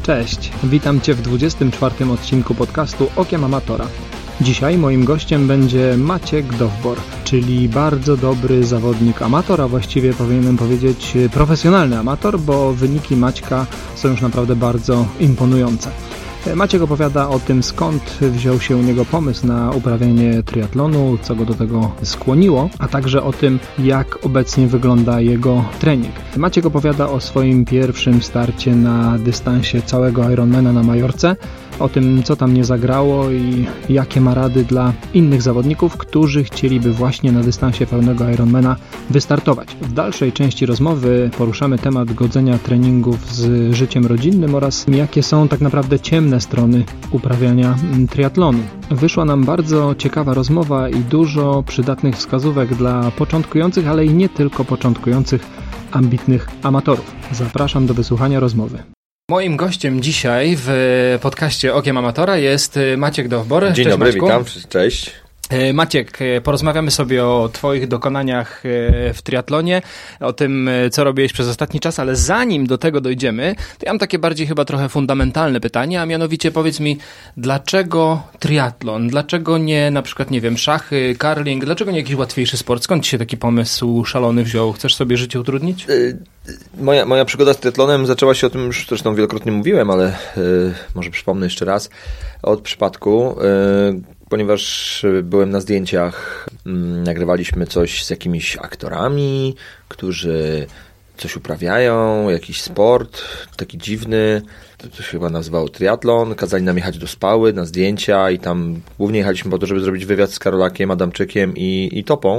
Cześć, witam Cię w 24. odcinku podcastu Okiem Amatora. Dzisiaj moim gościem będzie Maciek Dowbor, czyli bardzo dobry zawodnik amator, a właściwie powinienem powiedzieć profesjonalny amator, bo wyniki Maćka są już naprawdę bardzo imponujące. Maciek opowiada o tym, skąd wziął się u niego pomysł na uprawianie triatlonu, co go do tego skłoniło, a także o tym, jak obecnie wygląda jego trening. Maciek opowiada o swoim pierwszym starcie na dystansie całego Ironmana na Majorce, o tym, co tam nie zagrało i jakie ma rady dla innych zawodników, którzy chcieliby właśnie na dystansie pełnego Ironmana wystartować. W dalszej części rozmowy poruszamy temat godzenia treningów z życiem rodzinnym oraz jakie są tak naprawdę ciemne strony uprawiania triatlonu. Wyszła nam bardzo ciekawa rozmowa i dużo przydatnych wskazówek dla początkujących, ale i nie tylko początkujących, ambitnych amatorów. Zapraszam do wysłuchania rozmowy. Moim gościem dzisiaj w podcaście Okiem Amatora jest Maciek Dowbor. Dzień dobry, witam, cześć. Maciek, porozmawiamy sobie o Twoich dokonaniach w triatlonie, o tym, co robiłeś przez ostatni czas, ale zanim do tego dojdziemy, to ja mam takie bardziej chyba trochę fundamentalne pytanie, a mianowicie powiedz mi, dlaczego triatlon? Dlaczego nie na przykład, nie wiem, szachy, curling? Dlaczego nie jakiś łatwiejszy sport? Skąd Ci się taki pomysł szalony wziął? Chcesz sobie życie utrudnić? Moja przygoda z triatlonem zaczęła się, o tym już zresztą wielokrotnie mówiłem, ale może przypomnę jeszcze raz, od przypadku, ponieważ byłem na zdjęciach, nagrywaliśmy coś z jakimiś aktorami, którzy coś uprawiają, jakiś sport, taki dziwny, to się chyba nazywało triatlon, kazali nam jechać do Spały na zdjęcia i tam głównie jechaliśmy po to, żeby zrobić wywiad z Karolakiem, Adamczykiem i Topą.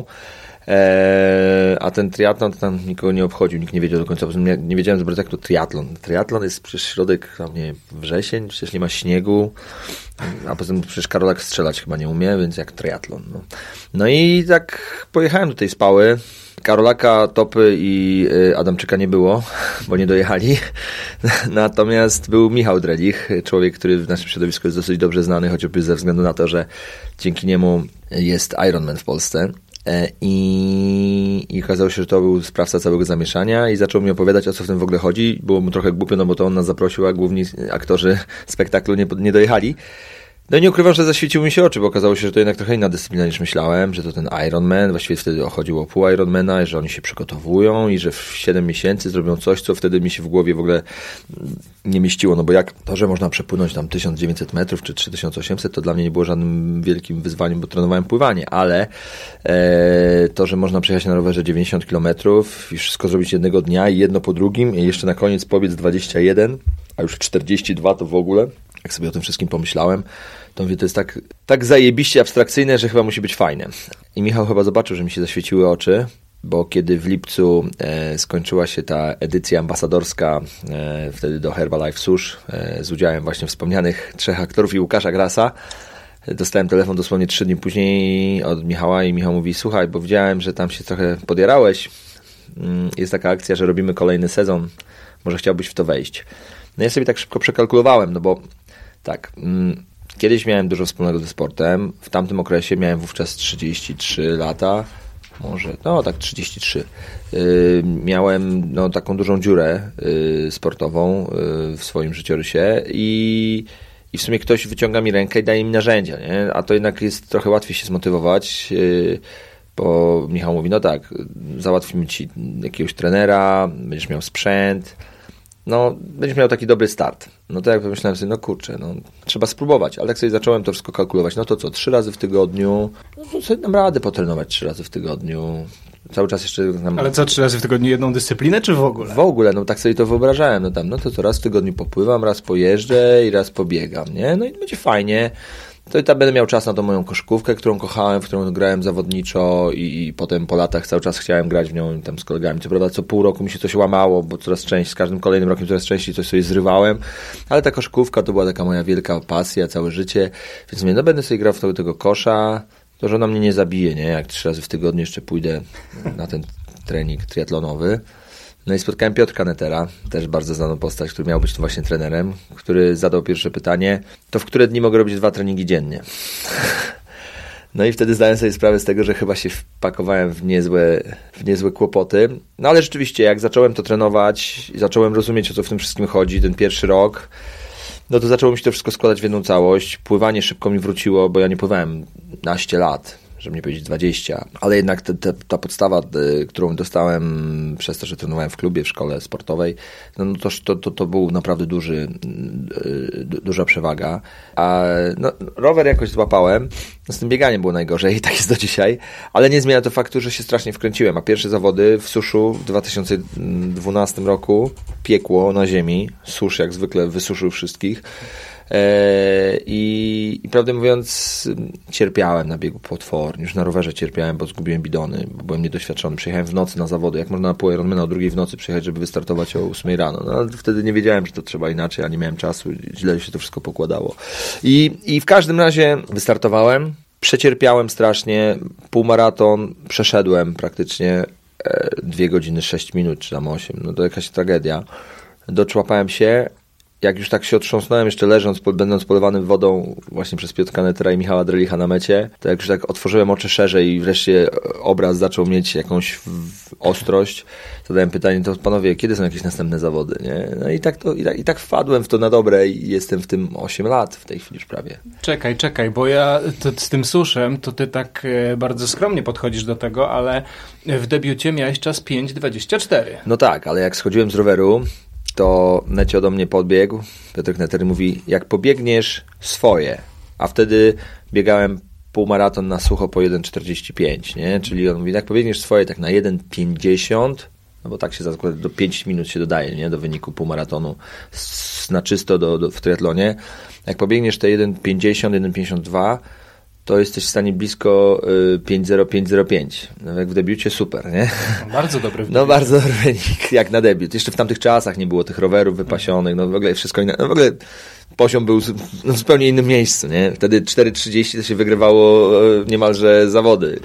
A ten triatlon to tam nikogo nie obchodził, nikt nie wiedział do końca, nie wiedziałem zbyt jak to triatlon. Triatlon jest przecież środek, tam nie wrzesień, przecież nie ma śniegu, a poza tym przecież Karolak strzelać chyba nie umie, więc jak triatlon. No i tak pojechałem do tej Spały. Karolaka, Topy i Adamczyka nie było, bo nie dojechali. Natomiast był Michał Drelich, człowiek, który w naszym środowisku jest dosyć dobrze znany, chociażby ze względu na to, że dzięki niemu jest Ironman w Polsce. I okazało się, że to był sprawca całego zamieszania i zaczął mi opowiadać, o co w tym w ogóle chodzi. Było mu trochę głupio, no bo to on nas zaprosił, a główni aktorzy spektaklu nie dojechali. No i nie ukrywam, że zaświeciły mi się oczy, bo okazało się, że to jednak trochę inna dyscyplina niż myślałem, że to ten Ironman, właściwie wtedy chodziło o pół Ironmana i że oni się przygotowują i że w 7 miesięcy zrobią coś, co wtedy mi się w głowie w ogóle nie mieściło, no bo jak to, że można przepłynąć tam 1900 metrów czy 3800, to dla mnie nie było żadnym wielkim wyzwaniem, bo trenowałem pływanie, ale to, że można przejechać na rowerze 90 kilometrów i wszystko zrobić jednego dnia i jedno po drugim i jeszcze na koniec pobiec 21, a już 42 to w ogóle, jak sobie o tym wszystkim pomyślałem, to mówię, to jest tak zajebiście abstrakcyjne, że chyba musi być fajne. I Michał chyba zobaczył, że mi się zaświeciły oczy, bo kiedy w lipcu skończyła się ta edycja ambasadorska wtedy do Herbalife Sush z udziałem właśnie wspomnianych 3 aktorów i Łukasza Grasa, dostałem telefon dosłownie 3 dni później od Michała i Michał mówi, słuchaj, bo widziałem, że tam się trochę podjarałeś, jest taka akcja, że robimy kolejny sezon, może chciałbyś w to wejść. No ja sobie tak szybko przekalkulowałem, no bo tak, kiedyś miałem dużo wspólnego ze sportem, w tamtym okresie miałem wówczas 33 lata, może, no tak 33. Miałem taką dużą dziurę sportową w swoim życiorysie i w sumie ktoś wyciąga mi rękę i daje mi narzędzia, nie? A to jednak jest trochę łatwiej się zmotywować, bo Michał mówi, no tak, załatwimy ci jakiegoś trenera, będziesz miał sprzęt, będziesz miał taki dobry start. No to jak pomyślałem sobie, kurczę, trzeba spróbować, ale tak sobie zacząłem to wszystko kalkulować, no to co, 3 razy w tygodniu, to sobie dam radę potrenować 3 razy w tygodniu, cały czas jeszcze tam... Ale co, 3 razy w tygodniu jedną dyscyplinę, czy w ogóle? W ogóle, tak sobie to wyobrażałem, to co, raz w tygodniu popływam, raz pojeżdżę i raz pobiegam, nie? No i będzie fajnie. To i tam będę miał czas na tą moją koszykówkę, którą kochałem, w którą grałem zawodniczo i potem po latach cały czas chciałem grać w nią tam z kolegami. Co prawda co pół roku mi się coś łamało, bo coraz częściej, z każdym kolejnym rokiem coraz częściej coś sobie zrywałem, ale ta koszykówka to była taka moja wielka pasja, całe życie, więc mówię, będę sobie grał w tego kosza, to żona mnie nie zabije, nie? Jak 3 razy w tygodniu jeszcze pójdę na ten trening triatlonowy. No i spotkałem Piotrka Netera, też bardzo znaną postać, który miał być tu właśnie trenerem, który zadał pierwsze pytanie, to w które dni mogę robić 2 treningi dziennie? No i wtedy zdałem sobie sprawę z tego, że chyba się wpakowałem w niezłe kłopoty. No ale rzeczywiście, jak zacząłem to trenować i zacząłem rozumieć, o co w tym wszystkim chodzi, ten pierwszy rok, no to zaczęło mi się to wszystko składać w jedną całość. Pływanie szybko mi wróciło, bo ja nie pływałem 11 lat, żeby nie powiedzieć 20, ale jednak ta podstawa, którą dostałem przez to, że trenowałem w klubie, w szkole sportowej, no to był naprawdę duża przewaga. A no, rower jakoś złapałem, no z tym bieganiem było najgorzej i tak jest do dzisiaj, ale nie zmienia to faktu, że się strasznie wkręciłem, a pierwsze zawody w suszu w 2012 roku, piekło na ziemi, susz jak zwykle wysuszył wszystkich. I prawdę mówiąc cierpiałem na biegu potwornie, już na rowerze cierpiałem, bo zgubiłem bidony, bo byłem niedoświadczony, przyjechałem w nocy na zawody, jak można na pół Ironmana o 2 w nocy przyjechać, żeby wystartować o 8 rano, no ale wtedy nie wiedziałem, że to trzeba inaczej, a nie miałem czasu, źle się to wszystko pokładało i w każdym razie wystartowałem, przecierpiałem strasznie, półmaraton przeszedłem praktycznie 2 godziny 6 minut, czy tam 8, no to jakaś tragedia, doczłapałem się. Jak już tak się otrząsnąłem, jeszcze leżąc, będąc polewanym wodą właśnie przez Piotra Netera i Michała Drelicha na mecie, to jak już tak otworzyłem oczy szerzej i wreszcie obraz zaczął mieć jakąś ostrość, zadałem pytanie, to panowie, kiedy są jakieś następne zawody, nie? No i tak wpadłem w to na dobre i jestem w tym 8 lat w tej chwili już prawie. Czekaj, bo ja z tym suszem, to ty tak bardzo skromnie podchodzisz do tego, ale w debiucie miałeś czas 5:24. No tak, ale jak schodziłem z roweru, to Necio do mnie podbiegł, Piotr Neter mówi, jak pobiegniesz swoje, a wtedy biegałem półmaraton na sucho po 1:45, nie? Czyli on mówi, jak pobiegniesz swoje tak na 1:50, no bo tak się zakłada, do 5 minut się dodaje, nie? Do wyniku półmaratonu na czysto w triatlonie. Jak pobiegniesz te 1:50, 1:52, to jesteś w stanie blisko 5:05. No jak w debiucie super, nie? No, bardzo dobry wynik. No bardzo dobry wynik, jak na debiut. Jeszcze w tamtych czasach nie było tych rowerów wypasionych, no w ogóle wszystko inne. No w ogóle poziom był w zupełnie innym miejscu, nie? Wtedy 4:30 to się wygrywało niemalże zawody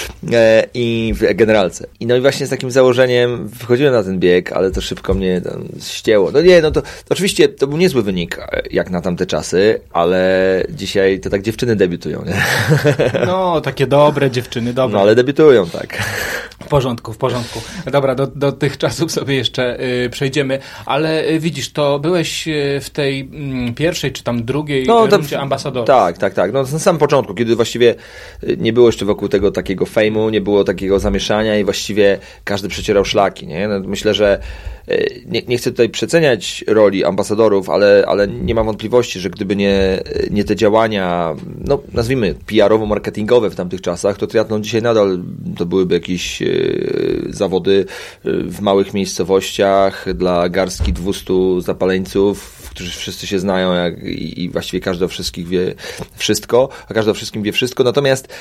i w generalce. I no i właśnie z takim założeniem wychodziłem na ten bieg, ale to szybko mnie tam ścięło. No nie, no to oczywiście to był niezły wynik, jak na tamte czasy, ale dzisiaj to tak dziewczyny debiutują, nie? No, takie dobre dziewczyny, dobre. No ale debiutują, tak. W porządku. Dobra, do tych czasów sobie jeszcze przejdziemy, ale widzisz, to byłeś w tej pierwszej, czy tam drugiej rundzie ambasadorów. Tak. No na samym początku, kiedy właściwie nie było jeszcze wokół tego takiego fejmu, nie było takiego zamieszania i właściwie każdy przecierał szlaki, nie? No, myślę, że nie chcę tutaj przeceniać roli ambasadorów, ale nie mam wątpliwości, że gdyby nie te działania, no nazwijmy PR-owo-marketingowe w tamtych czasach, to triatlon dzisiaj nadal to byłyby jakieś zawody w małych miejscowościach dla garstki 200 zapaleńców, którzy wszyscy się znają i właściwie każdy o wszystkich wie wszystko, a każdy o wszystkim wie wszystko. Natomiast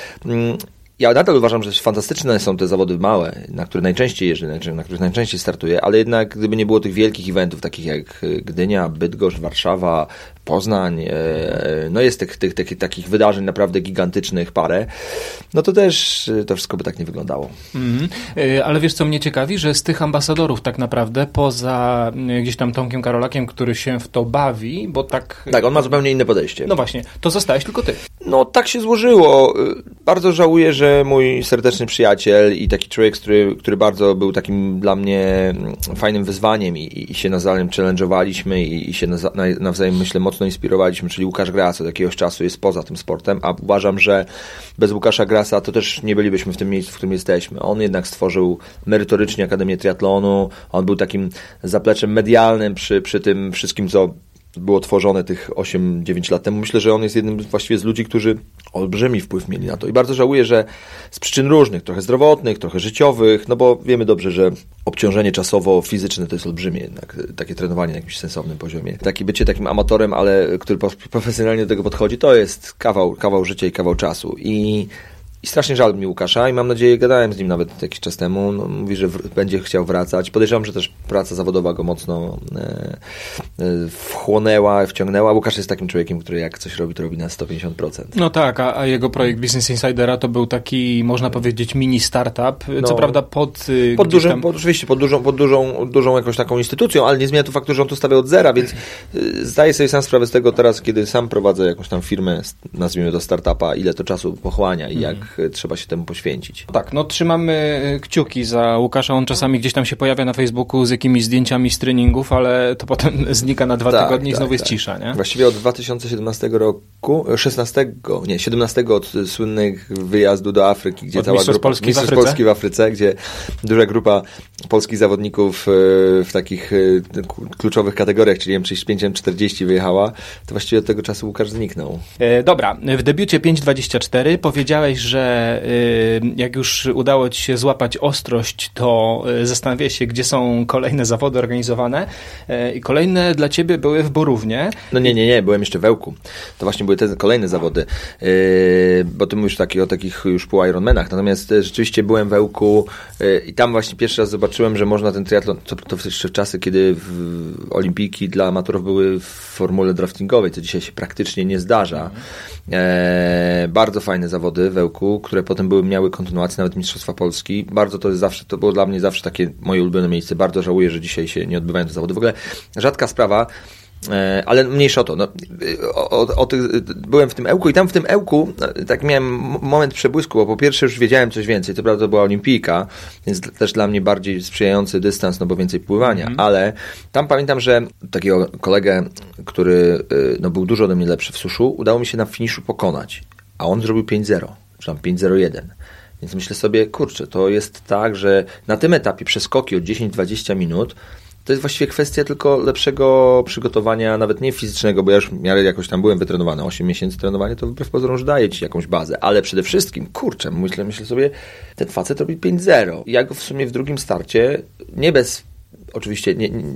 ja nadal uważam, że fantastyczne są te zawody małe, na które najczęściej jeżdżę, na których najczęściej startuję, ale jednak gdyby nie było tych wielkich eventów, takich jak Gdynia, Bydgoszcz, Warszawa, Poznań, no jest tych takich wydarzeń naprawdę gigantycznych parę, no to też to wszystko by tak nie wyglądało. Ale wiesz, co mnie ciekawi, że z tych ambasadorów tak naprawdę, poza gdzieś tam Tomkiem Karolakiem, który się w to bawi, bo tak... Tak, on ma zupełnie inne podejście. No właśnie, to zostałeś tylko ty. No tak się złożyło. Bardzo żałuję, że mój serdeczny przyjaciel i taki człowiek, który bardzo był takim dla mnie fajnym wyzwaniem i się nawzajem challenge'owaliśmy i się nawzajem, myślę, mocno inspirowaliśmy, czyli Łukasz Gras od jakiegoś czasu jest poza tym sportem, a uważam, że bez Łukasza Grasa to też nie bylibyśmy w tym miejscu, w którym jesteśmy. On jednak stworzył merytorycznie Akademię Triatlonu, on był takim zapleczem medialnym przy tym wszystkim, co było tworzone tych 8-9 lat temu. Myślę, że on jest jednym właściwie z ludzi, którzy olbrzymi wpływ mieli na to. I bardzo żałuję, że z przyczyn różnych, trochę zdrowotnych, trochę życiowych, no bo wiemy dobrze, że obciążenie czasowo-fizyczne to jest olbrzymie jednak, takie trenowanie na jakimś sensownym poziomie. Bycie takim amatorem, ale który profesjonalnie do tego podchodzi, to jest kawał życia i kawał czasu. I strasznie żal mi Łukasza i mam nadzieję, gadałem z nim nawet jakiś czas temu, no, mówi, że będzie chciał wracać. Podejrzewam, że też praca zawodowa go mocno wciągnęła. Łukasz jest takim człowiekiem, który jak coś robi, to robi na 150%. No tak, a jego projekt Business Insidera to był taki, można powiedzieć, mini startup, co prawda pod dużą jakąś taką instytucją, ale nie zmienia to faktu, że on to stawia od zera, więc zdaję sobie sam sprawę z tego teraz, kiedy sam prowadzę jakąś tam firmę, nazwijmy to startupa, ile to czasu pochłania i jak jednak trzeba się temu poświęcić. Tak, no trzymamy kciuki za Łukasza. On czasami gdzieś tam się pojawia na Facebooku z jakimiś zdjęciami z treningów, ale to potem znika na 2 tygodnie i znowu jest cisza, nie? Właściwie od 2017 roku, 17 od słynnych wyjazdu do Afryki, gdzie cała grupa Mistrzostw Polski w Afryce, gdzie duża grupa polskich zawodników w takich kluczowych kategoriach, czyli M35, M40 wyjechała, to właściwie od tego czasu Łukasz zniknął. Dobra, w debiucie 5.24 powiedziałeś, że jak już udało ci się złapać ostrość, to zastanawiałeś się, gdzie są kolejne zawody organizowane i kolejne dla ciebie były w Borównie. No nie, byłem jeszcze w Ełku. To właśnie były te kolejne zawody, bo ty mówisz o takich już pół Ironmanach, natomiast rzeczywiście byłem w Ełku i tam właśnie pierwszy raz zobaczyłem, że można ten triatlon, to jeszcze czasy, kiedy olimpijki dla amatorów były w formule draftingowej, co dzisiaj się praktycznie nie zdarza. Bardzo fajne zawody w Ełku, które potem miały kontynuację, nawet Mistrzostwa Polski. Bardzo to było dla mnie zawsze takie moje ulubione miejsce. Bardzo żałuję, że dzisiaj się nie odbywają te zawody. W ogóle rzadka sprawa, ale mniejsza o to. Byłem w tym Ełku i tam w tym Ełku tak miałem moment przebłysku, bo po pierwsze już wiedziałem coś więcej. To prawda, to była olimpijka, więc też dla mnie bardziej sprzyjający dystans, no bo więcej pływania, ale tam pamiętam, że takiego kolegę, który był dużo ode mnie lepszy w suszu, udało mi się na finiszu pokonać, a on zrobił 5.0, czy tam 5.01. Więc myślę sobie, kurczę, to jest tak, że na tym etapie przeskoki od 10-20 minut to jest właściwie kwestia tylko lepszego przygotowania, nawet nie fizycznego, bo ja już w miarę jakoś tam byłem wytrenowany. 8 miesięcy trenowania to wbrew pozorom już daje ci jakąś bazę, ale przede wszystkim, kurczę, myślę sobie, ten facet robi 5.0. Ja go w sumie w drugim starcie, nie bez oczywiście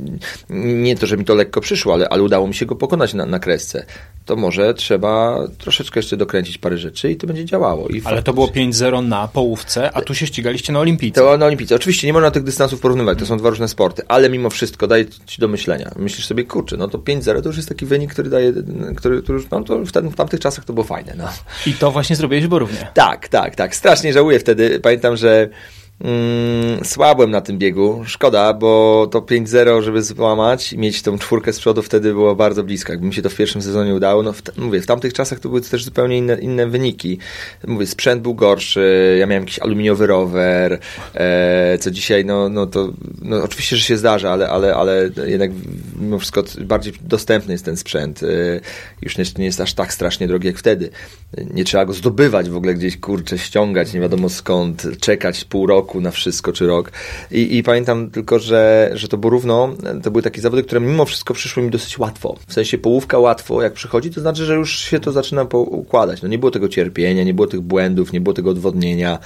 nie to, że mi to lekko przyszło, ale udało mi się go pokonać na kresce. To może trzeba troszeczkę jeszcze dokręcić parę rzeczy i to będzie działało. Ale to było 5-0 na połówce, a tu się ścigaliście na olimpijce. To na olimpijce. Oczywiście nie można tych dystansów porównywać, to są dwa różne sporty, ale mimo wszystko daje ci do myślenia. Myślisz sobie, kurczę, no to 5-0 to już jest taki wynik, który daje, który już, no to w tamtych czasach to było fajne. No. I to właśnie zrobiłeś w Borównie. Tak. Strasznie żałuję wtedy. Pamiętam, że słabłem na tym biegu. Szkoda, bo to 5-0, żeby złamać i mieć tą 4 z przodu, wtedy było bardzo blisko. Jakby mi się to w pierwszym sezonie udało, no w tamtych czasach to były też zupełnie inne wyniki. Mówię, sprzęt był gorszy, ja miałem jakiś aluminiowy rower, co dzisiaj, to oczywiście, że się zdarza, ale jednak mimo wszystko bardziej dostępny jest ten sprzęt. Już nie jest aż tak strasznie drogi jak wtedy. Nie trzeba go zdobywać w ogóle gdzieś, kurczę, ściągać, nie wiadomo skąd, czekać pół roku na wszystko, czy rok. I pamiętam tylko, że to Borówno, to były takie zawody, które mimo wszystko przyszły mi dosyć łatwo. W sensie połówka łatwo, jak przychodzi, to znaczy, że już się to zaczyna układać. No nie było tego cierpienia, nie było tych błędów, nie było tego odwodnienia.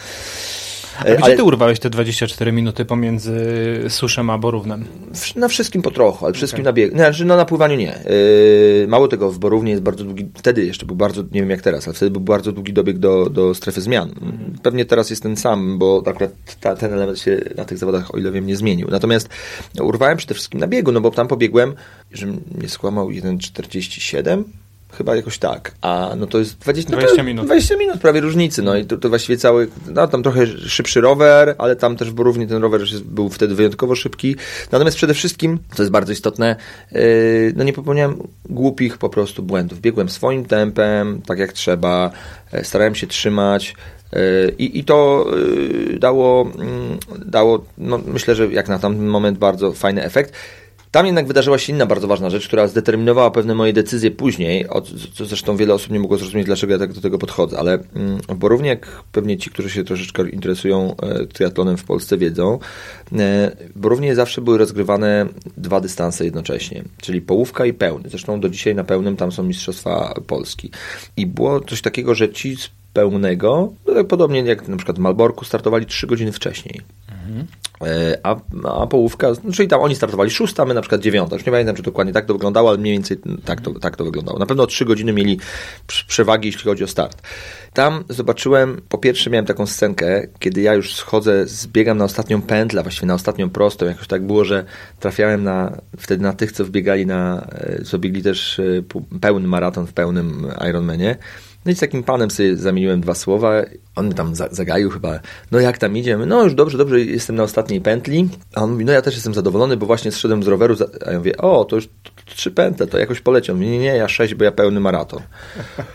A gdzie ty urwałeś te 24 minuty pomiędzy Suszem a Borównem? Na wszystkim po trochu, ale wszystkim na biegu. Na pływaniu nie. Mało tego, w Borównie jest bardzo długi, wtedy jeszcze był bardzo, nie wiem jak teraz, ale wtedy był bardzo długi dobieg do strefy zmian. Pewnie teraz jest ten sam, bo akurat ten element się na tych zawodach, o ile wiem, nie zmienił. Natomiast urwałem przede wszystkim na biegu, no bo tam pobiegłem, że mnie skłamał 1,47. Chyba jakoś tak. A no to jest 20 minut. 20 minut prawie różnicy. No i to właściwie cały, tam trochę szybszy rower, ale tam też w Borównie ten rower był wtedy wyjątkowo szybki. Natomiast przede wszystkim, co jest bardzo istotne, nie popełniałem głupich po prostu błędów. Biegłem swoim tempem, tak jak trzeba, starałem się trzymać. I to dało, myślę, że jak na tamten moment bardzo fajny efekt. Tam jednak wydarzyła się inna bardzo ważna rzecz, która zdeterminowała pewne moje decyzje później, co zresztą wiele osób nie mogło zrozumieć, dlaczego ja tak do tego podchodzę, ale w Borównie, jak pewnie ci, którzy się troszeczkę interesują triatlonem w Polsce wiedzą, w Borównie zawsze były rozgrywane 2 dystanse jednocześnie, czyli połówka i pełny. Zresztą do dzisiaj na pełnym tam są Mistrzostwa Polski. I było coś takiego, że ci z pełnego, podobnie jak na przykład w Malborku, startowali 3 godziny wcześniej. A połówka, czyli tam oni startowali 6, my na przykład 9. Już nie pamiętam, czy dokładnie tak to wyglądało, ale mniej więcej tak to wyglądało. Na pewno 3 godziny mieli przewagi, jeśli chodzi o start. Tam zobaczyłem, po pierwsze miałem taką scenkę, kiedy ja już zbiegam na ostatnią pętlę, właściwie na ostatnią prostą. Jakoś tak było, że trafiałem wtedy na tych, co biegli też pełny maraton w pełnym Ironmanie. No i z takim panem sobie zamieniłem 2 słowa. On mi tam zagaił chyba, jak tam idziemy? No już dobrze, jestem na ostatniej pętli. A on mówi, ja też jestem zadowolony, bo właśnie zszedłem z roweru. A ja mówię, to już 3 pętle, to jakoś poleciał. On mówi, nie, ja 6, bo ja pełny maraton.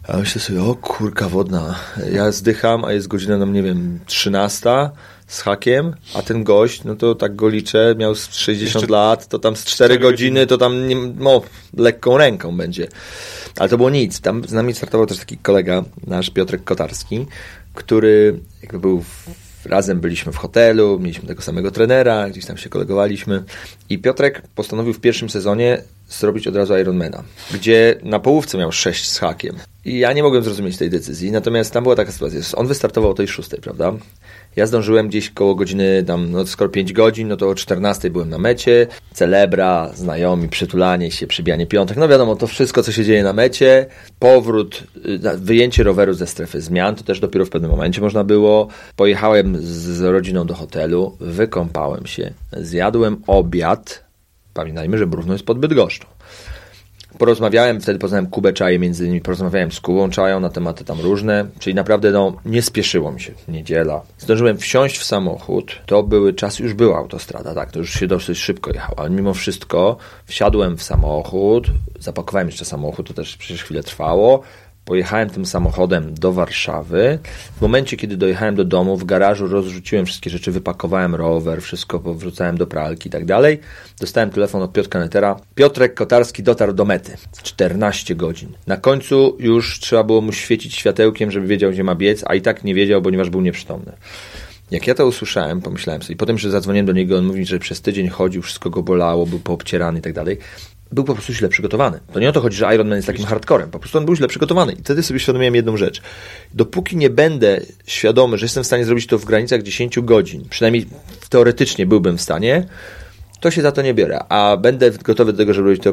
A myślę sobie, o kurka wodna, ja zdycham, a jest godzina, no nie wiem, 13 z hakiem, a ten gość, no to tak go liczę, miał 60 lat, to tam z 4 godziny, to tam lekką ręką będzie. Ale to było nic. Tam z nami startował też taki kolega, nasz Piotrek Kotarski, który jakby był razem byliśmy w hotelu, mieliśmy tego samego trenera, gdzieś tam się kolegowaliśmy i Piotrek postanowił w pierwszym sezonie zrobić od razu Ironmana, gdzie na połówce miał 6 z hakiem. I ja nie mogłem zrozumieć tej decyzji, natomiast tam była taka sytuacja, on wystartował o tej 6, prawda? Ja zdążyłem gdzieś koło godziny, tam, no skoro 5 godzin, no to o 14 byłem na mecie, celebra, znajomi, przytulanie się, przybijanie piątek, no wiadomo, to wszystko, co się dzieje na mecie, powrót, wyjęcie roweru ze strefy zmian, to też dopiero w pewnym momencie można było. Pojechałem z rodziną do hotelu, wykąpałem się, zjadłem obiad, pamiętajmy, że Brówno jest pod Bydgoszczą. Porozmawiałem, wtedy poznałem Kubę Czaję, między innymi porozmawiałem z Kubą Czają na tematy tam różne, czyli naprawdę no nie spieszyło mi się, niedziela. Zdążyłem wsiąść w samochód, to były czasy, już była autostrada, tak, to już się dosyć szybko jechało, ale mimo wszystko wsiadłem w samochód, zapakowałem jeszcze samochód, to też przecież chwilę trwało, pojechałem tym samochodem do Warszawy. W momencie, kiedy dojechałem do domu, w garażu rozrzuciłem wszystkie rzeczy, wypakowałem rower, wszystko powrzucałem do pralki i tak dalej. Dostałem telefon od Piotrka Netera. Piotrek Kotarski dotarł do mety. 14 godzin. Na końcu już trzeba było mu świecić światełkiem, żeby wiedział, gdzie ma biec, a i tak nie wiedział, ponieważ był nieprzytomny. Jak ja to usłyszałem, pomyślałem sobie, potem, że zadzwoniłem do niego, on mówi, że przez tydzień chodził, wszystko go bolało, był poobcierany i tak dalej. Był po prostu źle przygotowany. To nie o to chodzi, że Ironman jest takim hardcorem. Po prostu on był źle przygotowany. I wtedy sobie świadomiłem jedną rzecz. Dopóki nie będę świadomy, że jestem w stanie zrobić to w granicach 10 godzin, przynajmniej teoretycznie byłbym w stanie, to się za to nie biorę. A będę gotowy do tego, żeby robić to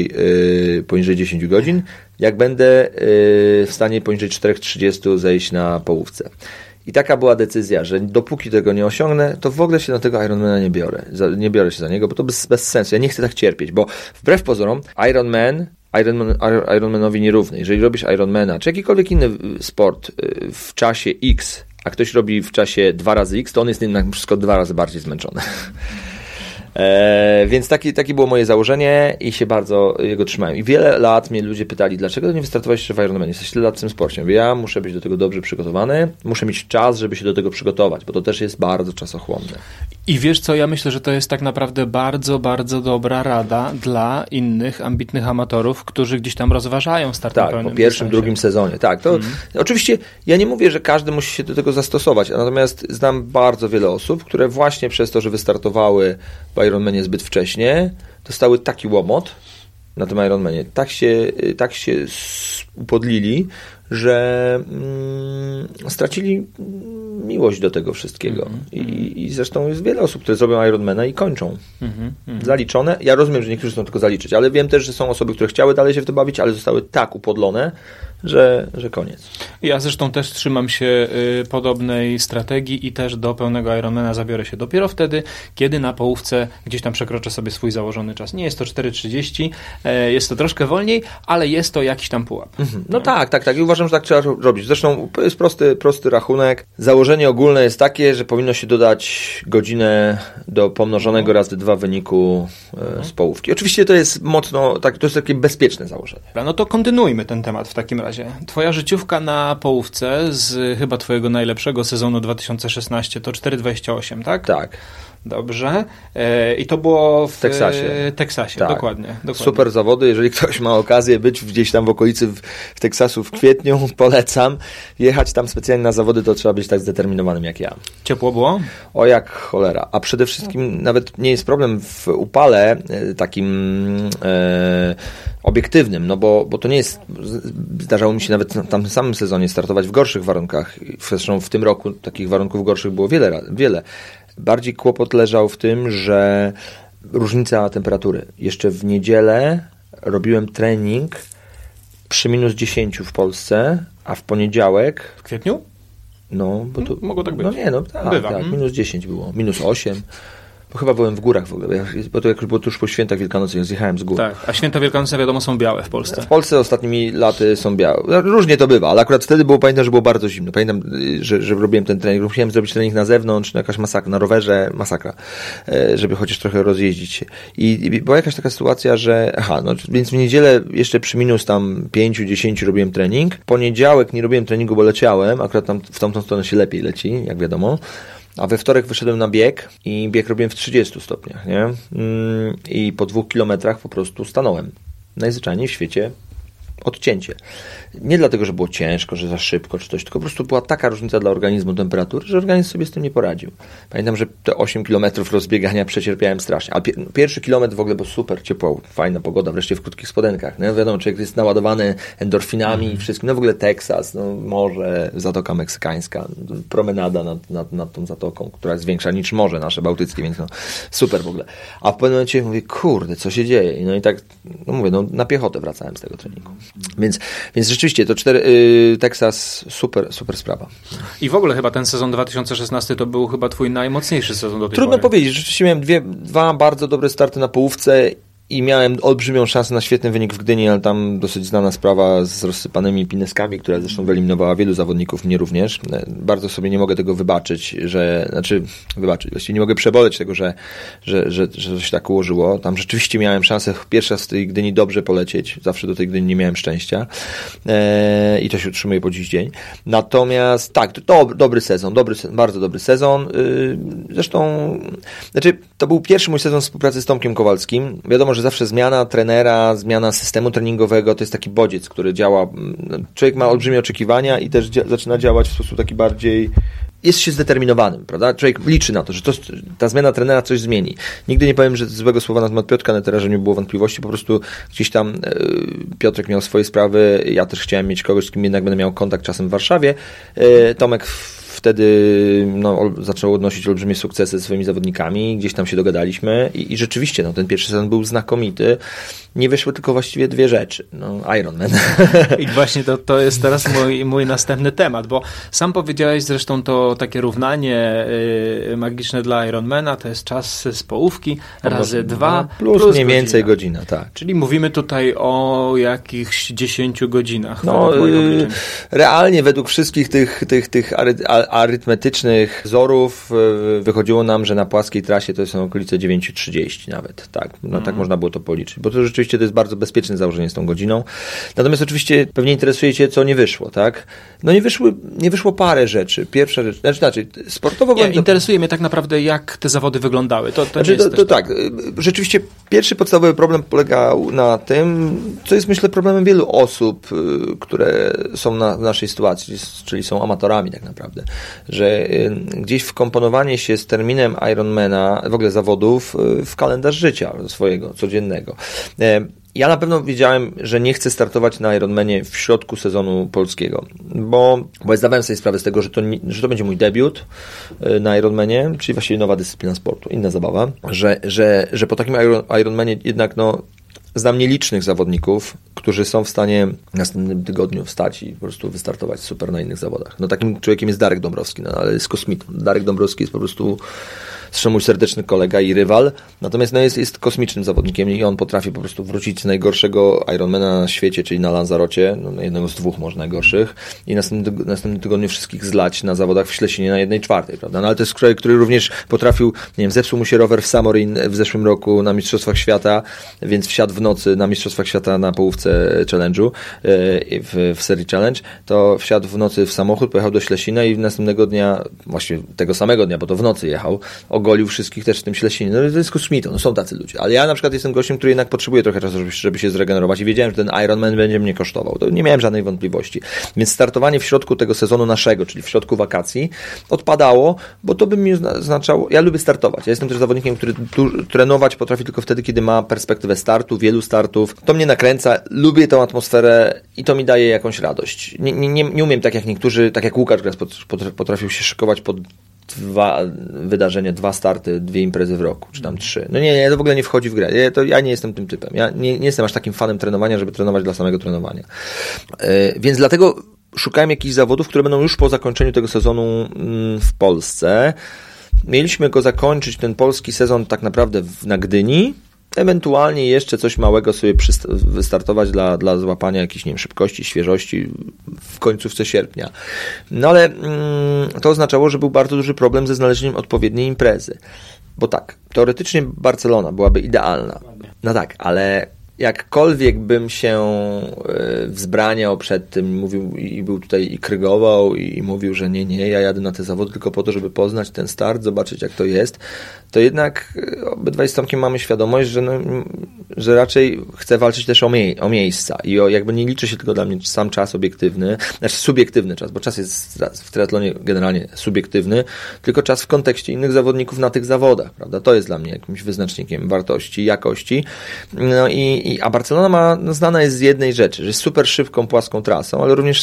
poniżej 10 godzin, jak będę w stanie poniżej 4:30 zejść na połówce. I taka była decyzja, że dopóki tego nie osiągnę, to w ogóle się na tego Ironmana nie biorę. Nie biorę się za niego, bo to bez sensu. Ja nie chcę tak cierpieć, bo wbrew pozorom Ironmanowi nierówny. Jeżeli robisz Ironmana, czy jakikolwiek inny sport w czasie X, a ktoś robi w czasie 2 razy X, to on jest jednak wszystko 2 razy bardziej zmęczony. Więc takie było moje założenie i się bardzo jego trzymałem. I wiele lat mnie ludzie pytali, dlaczego nie wystartowałeś jeszcze w Ironmanie? Jesteś tyle lat w tym sporcie. Mówię, ja muszę być do tego dobrze przygotowany, muszę mieć czas, żeby się do tego przygotować, bo to też jest bardzo czasochłonne. I wiesz co, ja myślę, że to jest tak naprawdę bardzo, bardzo dobra rada dla innych ambitnych amatorów, którzy gdzieś tam rozważają start na pełnym po pierwszym, drugim sezonie. Tak, to oczywiście ja nie mówię, że każdy musi się do tego zastosować, natomiast znam bardzo wiele osób, które właśnie przez to, że wystartowały w Ironmanie zbyt wcześnie, dostały taki łomot na tym Ironmanie, tak się upodlili, że stracili miłość do tego wszystkiego. I zresztą jest wiele osób, które zrobią Ironmana i kończą. Zaliczone. Ja rozumiem, że niektórzy chcą tylko zaliczyć, ale wiem też, że są osoby, które chciały dalej się w to bawić, ale zostały tak upodlone, że koniec. Ja zresztą też trzymam się podobnej strategii i też do pełnego Ironmana zabiorę się dopiero wtedy, kiedy na połówce gdzieś tam przekroczę sobie swój założony czas. Nie jest to 4:30, jest to troszkę wolniej, ale jest to jakiś tam pułap. No tak. I uważam, że tak trzeba robić. Zresztą to jest prosty rachunek. Założenie ogólne jest takie, że powinno się dodać godzinę do pomnożonego razy 2 wyniku z połówki. Oczywiście to jest mocno, to jest takie bezpieczne założenie. No to kontynuujmy ten temat w takim razie. Twoja życiówka na połówce z chyba twojego najlepszego sezonu 2016 to 4:28, tak? Tak. Dobrze. I to było w Teksasie. Tak. Dokładnie. Super zawody. Jeżeli ktoś ma okazję być gdzieś tam w okolicy w Teksasu w kwietniu, polecam. Jechać tam specjalnie na zawody, to trzeba być tak zdeterminowanym jak ja. Ciepło było? O jak cholera. A przede wszystkim nawet nie jest problem w upale takim obiektywnym, no bo to nie jest, zdarzało mi się nawet w tam samym sezonie startować w gorszych warunkach. Zresztą w tym roku takich warunków gorszych było wiele. Bardziej kłopot leżał w tym, że różnica temperatury. Jeszcze w niedzielę robiłem trening przy -10 w Polsce, a w poniedziałek... W kwietniu? No, bo to... Mogło tak być. No nie, tak, -10 było. -8. Bo chyba byłem w górach w ogóle, bo to jak było tuż po świętach wielkanocnych, zjechałem z gór. Tak, a święta wielkanocne wiadomo są białe w Polsce. W Polsce ostatnimi laty są białe. Różnie to bywa, ale akurat wtedy pamiętam, że było bardzo zimno. Pamiętam, że robiłem ten trening. Musiałem zrobić trening na zewnątrz, jakaś masakra, na rowerze, masakra, żeby chociaż trochę rozjeździć się. I była jakaś taka sytuacja, że więc w niedzielę jeszcze przy minus tam 5-10 robiłem trening. Poniedziałek nie robiłem treningu, bo leciałem. Akurat tam w tamtą stronę się lepiej leci, jak wiadomo. A we wtorek wyszedłem na bieg i bieg robiłem w 30 stopniach, nie? I po 2 kilometrach po prostu stanąłem. Najzwyczajniej w świecie odcięcie. Nie dlatego, że było ciężko, że za szybko czy coś, tylko po prostu była taka różnica dla organizmu temperatury, że organizm sobie z tym nie poradził. Pamiętam, że te 8 kilometrów rozbiegania przecierpiałem strasznie. A pierwszy kilometr w ogóle był super ciepło, fajna pogoda, wreszcie w krótkich spodenkach. No wiadomo, człowiek jest naładowany endorfinami i wszystkim. No w ogóle Teksas, morze, Zatoka Meksykańska, promenada nad tą zatoką, która jest większa niż morze nasze bałtyckie, więc super w ogóle. A w pewnym momencie mówię, kurde, co się dzieje? No i tak, na piechotę wracałem z tego treningu. Więc rzeczywiście to Teksas super sprawa. I w ogóle chyba ten sezon 2016 to był chyba twój najmocniejszy sezon do tej Trudno pory. powiedzieć. Rzeczywiście miałem dwa bardzo dobre starty na połówce i miałem olbrzymią szansę na świetny wynik w Gdyni, ale tam dosyć znana sprawa z rozsypanymi pineskami, która zresztą wyeliminowała wielu zawodników, mnie również. Bardzo sobie nie mogę tego wybaczyć, właściwie nie mogę przeboleć tego, że się tak ułożyło. Tam rzeczywiście miałem szansę pierwszy raz z tej Gdyni dobrze polecieć. Zawsze do tej Gdyni nie miałem szczęścia. I to się utrzymuje po dziś dzień. Natomiast tak, dobry sezon, bardzo dobry sezon. Zresztą, to był pierwszy mój sezon współpracy z Tomkiem Kowalskim. Wiadomo, że zawsze zmiana trenera, zmiana systemu treningowego to jest taki bodziec, który działa. Człowiek ma olbrzymie oczekiwania i też zaczyna działać w sposób taki bardziej. Jest się zdeterminowanym, prawda? Człowiek liczy na to, że ta zmiana trenera coś zmieni. Nigdy nie powiem, że złego słowa na temat Piotrka Netera, że nie było wątpliwości. Po prostu gdzieś tam Piotrek miał swoje sprawy. Ja też chciałem mieć kogoś, z kim jednak będę miał kontakt czasem w Warszawie. Tomek wtedy zaczął odnosić olbrzymie sukcesy ze swoimi zawodnikami, gdzieś tam się dogadaliśmy i rzeczywiście ten pierwszy sezon był znakomity. Nie wyszły tylko właściwie dwie rzeczy. Ironman. I właśnie to jest teraz mój następny temat, bo sam powiedziałeś zresztą to takie równanie magiczne dla Ironmana, to jest czas z połówki razy 2 plus mniej więcej godzina, tak. Czyli mówimy tutaj o jakichś 10 godzinach. Realnie według wszystkich tych arytmetycznych wzorów wychodziło nam, że na płaskiej trasie to są okolice 9:30 nawet, tak. Tak można było to policzyć, bo to rzeczywiście to jest bardzo bezpieczne założenie z tą godziną. Natomiast oczywiście pewnie interesuje cię, co nie wyszło, tak? Nie wyszło parę rzeczy. Pierwsza rzecz, sportowo... Interesuje mnie tak naprawdę, jak te zawody wyglądały. To tak. Rzeczywiście pierwszy podstawowy problem polegał na tym, co jest myślę problemem wielu osób, które są w naszej sytuacji, czyli są amatorami tak naprawdę, że gdzieś wkomponowanie się z terminem Ironmana, w ogóle zawodów, w kalendarz życia swojego, codziennego. Ja na pewno wiedziałem, że nie chcę startować na Ironmanie w środku sezonu polskiego, bo zdawałem sobie sprawę z tego, że to będzie mój debiut na Ironmanie, czyli właściwie nowa dyscyplina sportu, inna zabawa, że po takim Ironmanie jednak znam nielicznych zawodników, którzy są w stanie w następnym tygodniu wstać i po prostu wystartować super na innych zawodach. Takim człowiekiem jest Darek Dąbrowski, ale jest kosmitą. Darek Dąbrowski jest po prostu zresztą mój serdeczny kolega i rywal, natomiast jest kosmicznym zawodnikiem i on potrafi po prostu wrócić z najgorszego Ironmana na świecie, czyli na Lanzarocie, jednego z dwóch może najgorszych i następnym tygodniu wszystkich zlać na zawodach w Ślesinie na 1/4, prawda? Ale to jest człowiek, który również potrafił, zepsuł mu się rower w Samorin w zeszłym roku na Mistrzostwach Świata, więc wsiadł w nocy na Mistrzostwach Świata na połówce challenge'u, w serii challenge, to wsiadł w nocy w samochód, pojechał do Ślesina i następnego dnia, właściwie tego samego dnia, bo to w nocy jechał, ogolił wszystkich też w tym Ślesinie. To jest kosmitą, są tacy ludzie. Ale ja na przykład jestem gościem, który jednak potrzebuje trochę czasu, żeby się zregenerować i wiedziałem, że ten Ironman będzie mnie kosztował. To nie miałem żadnej wątpliwości. Więc startowanie w środku tego sezonu naszego, czyli w środku wakacji, odpadało, bo to by mi oznaczało... Ja lubię startować. Ja jestem też zawodnikiem, który trenować potrafi tylko wtedy, kiedy ma perspektywę startu, wielu startów. To mnie nakręca, lubię tą atmosferę i to mi daje jakąś radość. Nie umiem tak jak niektórzy, tak jak Łukasz Gras potrafił się szykować pod 2 wydarzenia, 2 starty, 2 imprezy w roku, czy tam 3. Nie, to w ogóle nie wchodzi w grę. Ja nie jestem tym typem. Ja nie jestem aż takim fanem trenowania, żeby trenować dla samego trenowania. Więc dlatego szukałem jakichś zawodów, które będą już po zakończeniu tego sezonu w Polsce. Mieliśmy go zakończyć, ten polski sezon, tak naprawdę na Gdyni, ewentualnie jeszcze coś małego sobie wystartować dla złapania jakiejś, nie wiem, szybkości, świeżości w końcówce sierpnia. No ale to oznaczało, że był bardzo duży problem ze znalezieniem odpowiedniej imprezy. Bo tak, teoretycznie Barcelona byłaby idealna. No tak, ale jakkolwiek bym się wzbraniał przed tym, mówił i był tutaj i krygował i mówił, że nie, ja jadę na te zawody tylko po to, żeby poznać ten start, zobaczyć jak to jest, to jednak obydwaj z Tomkiem mamy świadomość, że raczej chcę walczyć też o miejsca i jakby nie liczy się tylko dla mnie sam czas obiektywny, znaczy subiektywny czas, bo czas jest w triatlonie generalnie subiektywny, tylko czas w kontekście innych zawodników na tych zawodach, prawda? To jest dla mnie jakimś wyznacznikiem wartości, jakości. No a Barcelona znana jest z jednej rzeczy, że jest super szybką, płaską trasą, ale również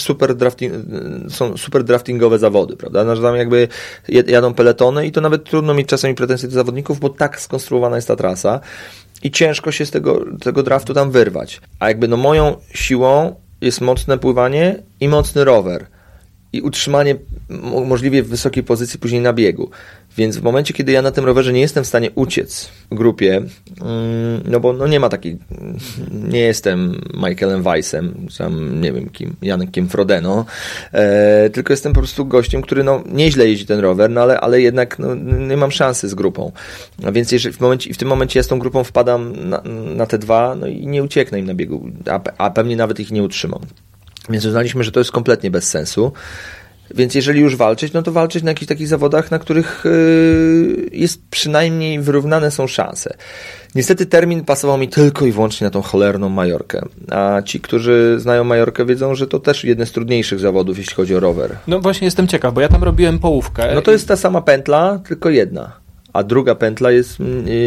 są super draftingowe zawody, prawda? Że tam jakby jadą peletony i to nawet trudno mieć czasami pretensje do zawodników, bo tak skonstruowana jest ta trasa i ciężko się z tego draftu tam wyrwać. A jakby moją siłą jest mocne pływanie i mocny rower i utrzymanie możliwie w wysokiej pozycji później na biegu. Więc w momencie, kiedy ja na tym rowerze nie jestem w stanie uciec w grupie, no bo nie ma takiej, nie jestem Michaelem Weissem, tam nie wiem kim, Jankiem Frodeno, tylko jestem po prostu gościem, który nieźle jeździ ten rower, ale jednak nie mam szansy z grupą. A więc w tym momencie ja z tą grupą wpadam na te dwa, i nie ucieknę im na biegu, a pewnie nawet ich nie utrzymam. Więc uznaliśmy, że to jest kompletnie bez sensu. Więc jeżeli już walczyć, to walczyć na jakichś takich zawodach, na których jest przynajmniej wyrównane są szanse. Niestety termin pasował mi tylko i wyłącznie na tą cholerną Majorkę. A ci, którzy znają Majorkę, wiedzą, że to też jeden z trudniejszych zawodów, jeśli chodzi o rower. No właśnie jestem ciekaw, bo ja tam robiłem połówkę. No to jest ta sama pętla, tylko jedna. A druga pętla jest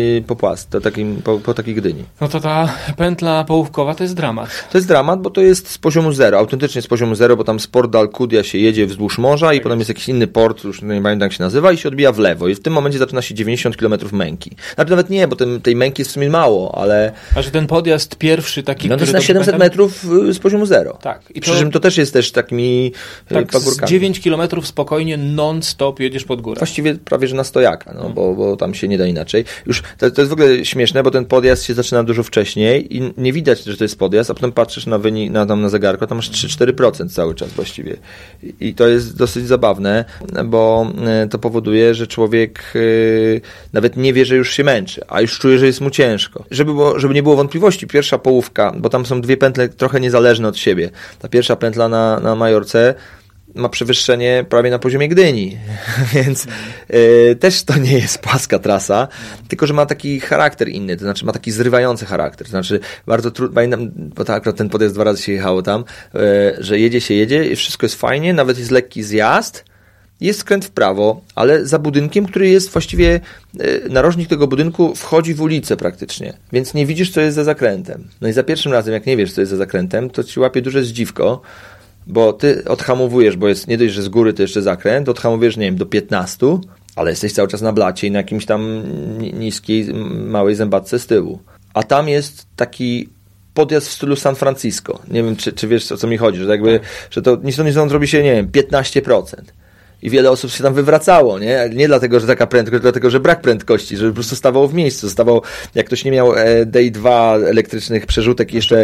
po takiej Gdyni. No to ta pętla połówkowa to jest dramat. To jest dramat, bo to jest z poziomu zero, autentycznie z poziomu zero, bo tam z Port d'Alcudia się jedzie wzdłuż morza i potem jest jakiś inny port, już nie pamiętam jak się nazywa, i się odbija w lewo. I w tym momencie zaczyna się 90 km męki. Znaczy nawet nie, bo tej męki jest w sumie mało, ale... A że ten podjazd pierwszy taki, to jest na 700 metrów z poziomu zero. Tak. I przy czym to też jest też takimi pagórkami. Z 9 km spokojnie non-stop jedziesz pod górę. Właściwie prawie, że na stojaka, bo tam się nie da inaczej. Już to jest w ogóle śmieszne, bo ten podjazd się zaczyna dużo wcześniej i nie widać, że to jest podjazd, a potem patrzysz na wynik, na zegarku, tam masz 3-4% cały czas właściwie. I to jest dosyć zabawne, bo to powoduje, że człowiek nawet nie wie, że już się męczy, a już czuje, że jest mu ciężko. Żeby nie było wątpliwości, pierwsza połówka, bo tam są dwie pętle trochę niezależne od siebie. Ta pierwsza pętla na Majorce ma przewyższenie prawie na poziomie Gdyni, więc też to nie jest płaska trasa, tylko że ma taki charakter inny, to znaczy ma taki zrywający charakter, to znaczy bardzo trudno, pamiętam, bo akurat ten podjazd 2 razy się jechało tam, że jedzie i wszystko jest fajnie, nawet jest lekki zjazd, jest skręt w prawo, ale za budynkiem, który jest właściwie, narożnik tego budynku wchodzi w ulicę praktycznie, więc nie widzisz, co jest za zakrętem. No i za pierwszym razem, jak nie wiesz, co jest za zakrętem, to ci łapie duże zdziwko, bo ty odhamowujesz, bo jest nie dość, że z góry to jeszcze zakręt, odhamowujesz, nie wiem, do 15, ale jesteś cały czas na blacie i na jakimś tam niskiej, małej zębatce z tyłu. A tam jest taki podjazd w stylu San Francisco. Nie wiem, czy wiesz, o co mi chodzi, że jakby, że to nic robi się, nie wiem, 15%. I wiele osób się tam wywracało, nie dlatego, że taka prędkość, tylko dlatego, że brak prędkości, że po prostu stawało w miejscu. Jak ktoś nie miał Day 2 elektrycznych przerzutek jeszcze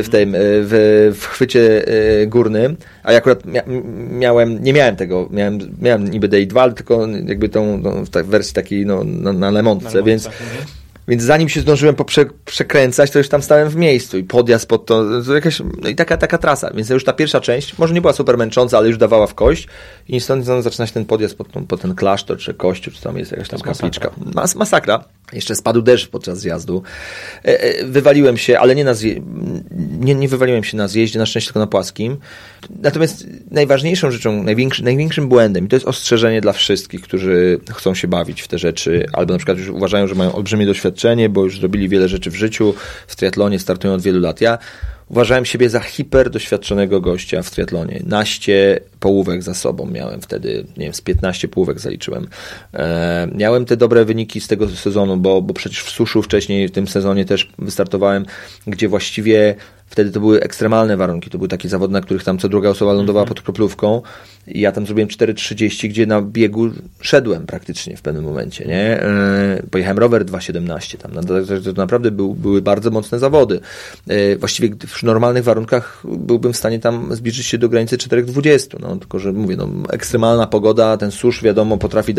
w chwycie górnym, a ja akurat nie miałem tego, miałem niby Day 2, ale tylko jakby tą w wersji takiej na lemontce, więc zanim się zdążyłem przekręcać, to już tam stałem w miejscu i podjazd pod to jakaś, i taka trasa, więc już ta pierwsza część może nie była super męcząca, ale już dawała w kość i stąd zaczyna się ten podjazd pod ten klasztor, czy kościół, czy tam jest jakaś tam kapliczka. Masakra. Jeszcze spadł deszcz podczas zjazdu. Wywaliłem się, ale nie wywaliłem się na zjeździe, na szczęście tylko na płaskim. Natomiast najważniejszą rzeczą, największym błędem, i to jest ostrzeżenie dla wszystkich, którzy chcą się bawić w te rzeczy, albo na przykład już uważają, że mają olbrzymie doświadczenie, bo już zrobili wiele rzeczy w życiu, w triatlonie startują od wielu lat. Ja uważałem siebie za hiper doświadczonego gościa w triatlonie. Naście połówek za sobą. Miałem wtedy, nie wiem, z 15 połówek zaliczyłem. Miałem te dobre wyniki z tego sezonu, bo przecież w suszu wcześniej w tym sezonie też wystartowałem, gdzie właściwie wtedy to były ekstremalne warunki. To były takie zawody, na których tam co druga osoba lądowała pod kroplówką i ja tam zrobiłem 4:30, gdzie na biegu szedłem praktycznie w pewnym momencie, nie? Pojechałem rower 2:17 tam. To naprawdę były bardzo mocne zawody. Właściwie w normalnych warunkach byłbym w stanie tam zbliżyć się do granicy 4:20. No, tylko że mówię, no, ekstremalna pogoda, ten susz wiadomo potrafi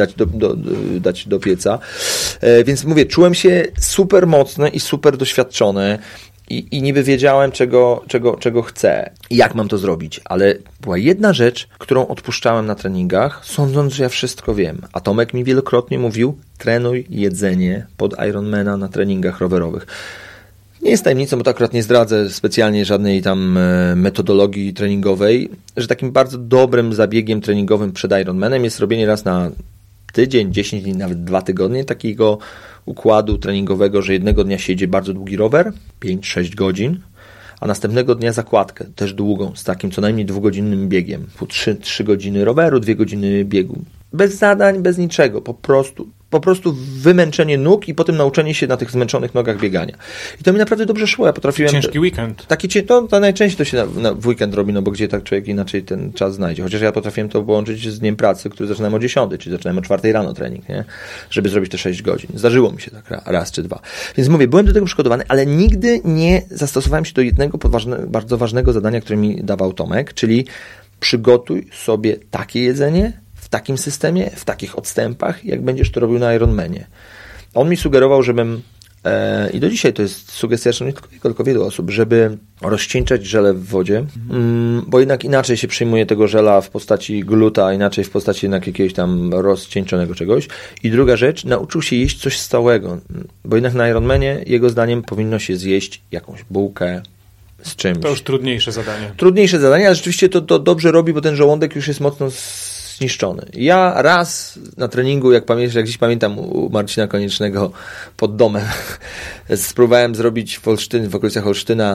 dać do pieca. Więc mówię, czułem się super mocny i super doświadczony. I niby wiedziałem, czego chcę i jak mam to zrobić, ale była jedna rzecz, którą odpuszczałem na treningach, sądząc, że ja wszystko wiem. A Tomek mi wielokrotnie mówił, trenuj jedzenie pod Ironmana na treningach rowerowych. Nie jest tajemnicą, bo to akurat nie zdradzę specjalnie żadnej tam metodologii treningowej, że takim bardzo dobrym zabiegiem treningowym przed Ironmanem jest robienie raz na tydzień, 10 dni, nawet 2 tygodnie takiego układu treningowego, że jednego dnia się jedzie bardzo długi rower, 5-6 godzin, a następnego dnia zakładkę, też długą, z takim co najmniej 2-godzinnym biegiem. Po 3 godziny roweru, 2 godziny biegu. Bez zadań, bez niczego, po prostu wymęczenie nóg i potem nauczenie się na tych zmęczonych nogach biegania. I to mi naprawdę dobrze szło. Ja potrafiłem... Ciężki weekend. To najczęściej to się w weekend robi, no bo gdzie tak człowiek inaczej ten czas znajdzie. Chociaż ja potrafiłem to połączyć z dniem pracy, który zaczynałem o 10, czyli zaczynałem o 4 rano trening, nie? Żeby zrobić te 6 godzin. Zdarzyło mi się tak raz czy dwa. Więc mówię, byłem do tego przygotowany, ale nigdy nie zastosowałem się do jednego bardzo ważnego zadania, które mi dawał Tomek, czyli przygotuj sobie takie jedzenie, w takim systemie, w takich odstępach, jak będziesz to robił na Ironmanie. On mi sugerował, żebym, i do dzisiaj to jest sugestia nie tylko wielu osób, żeby rozcieńczać żelę w wodzie, bo jednak inaczej się przyjmuje tego żela w postaci gluta, a inaczej w postaci jednak jakiegoś tam rozcieńczonego czegoś. I druga rzecz, nauczył się jeść coś stałego, bo jednak na Ironmanie, jego zdaniem, powinno się zjeść jakąś bułkę z czymś. To już trudniejsze zadanie. Trudniejsze zadanie, ale rzeczywiście to dobrze robi, bo ten żołądek już jest mocno zniszczony. Ja raz na treningu, jak dziś pamiętam u Marcina Koniecznego pod domem, spróbowałem zrobić w okolicach Olsztyna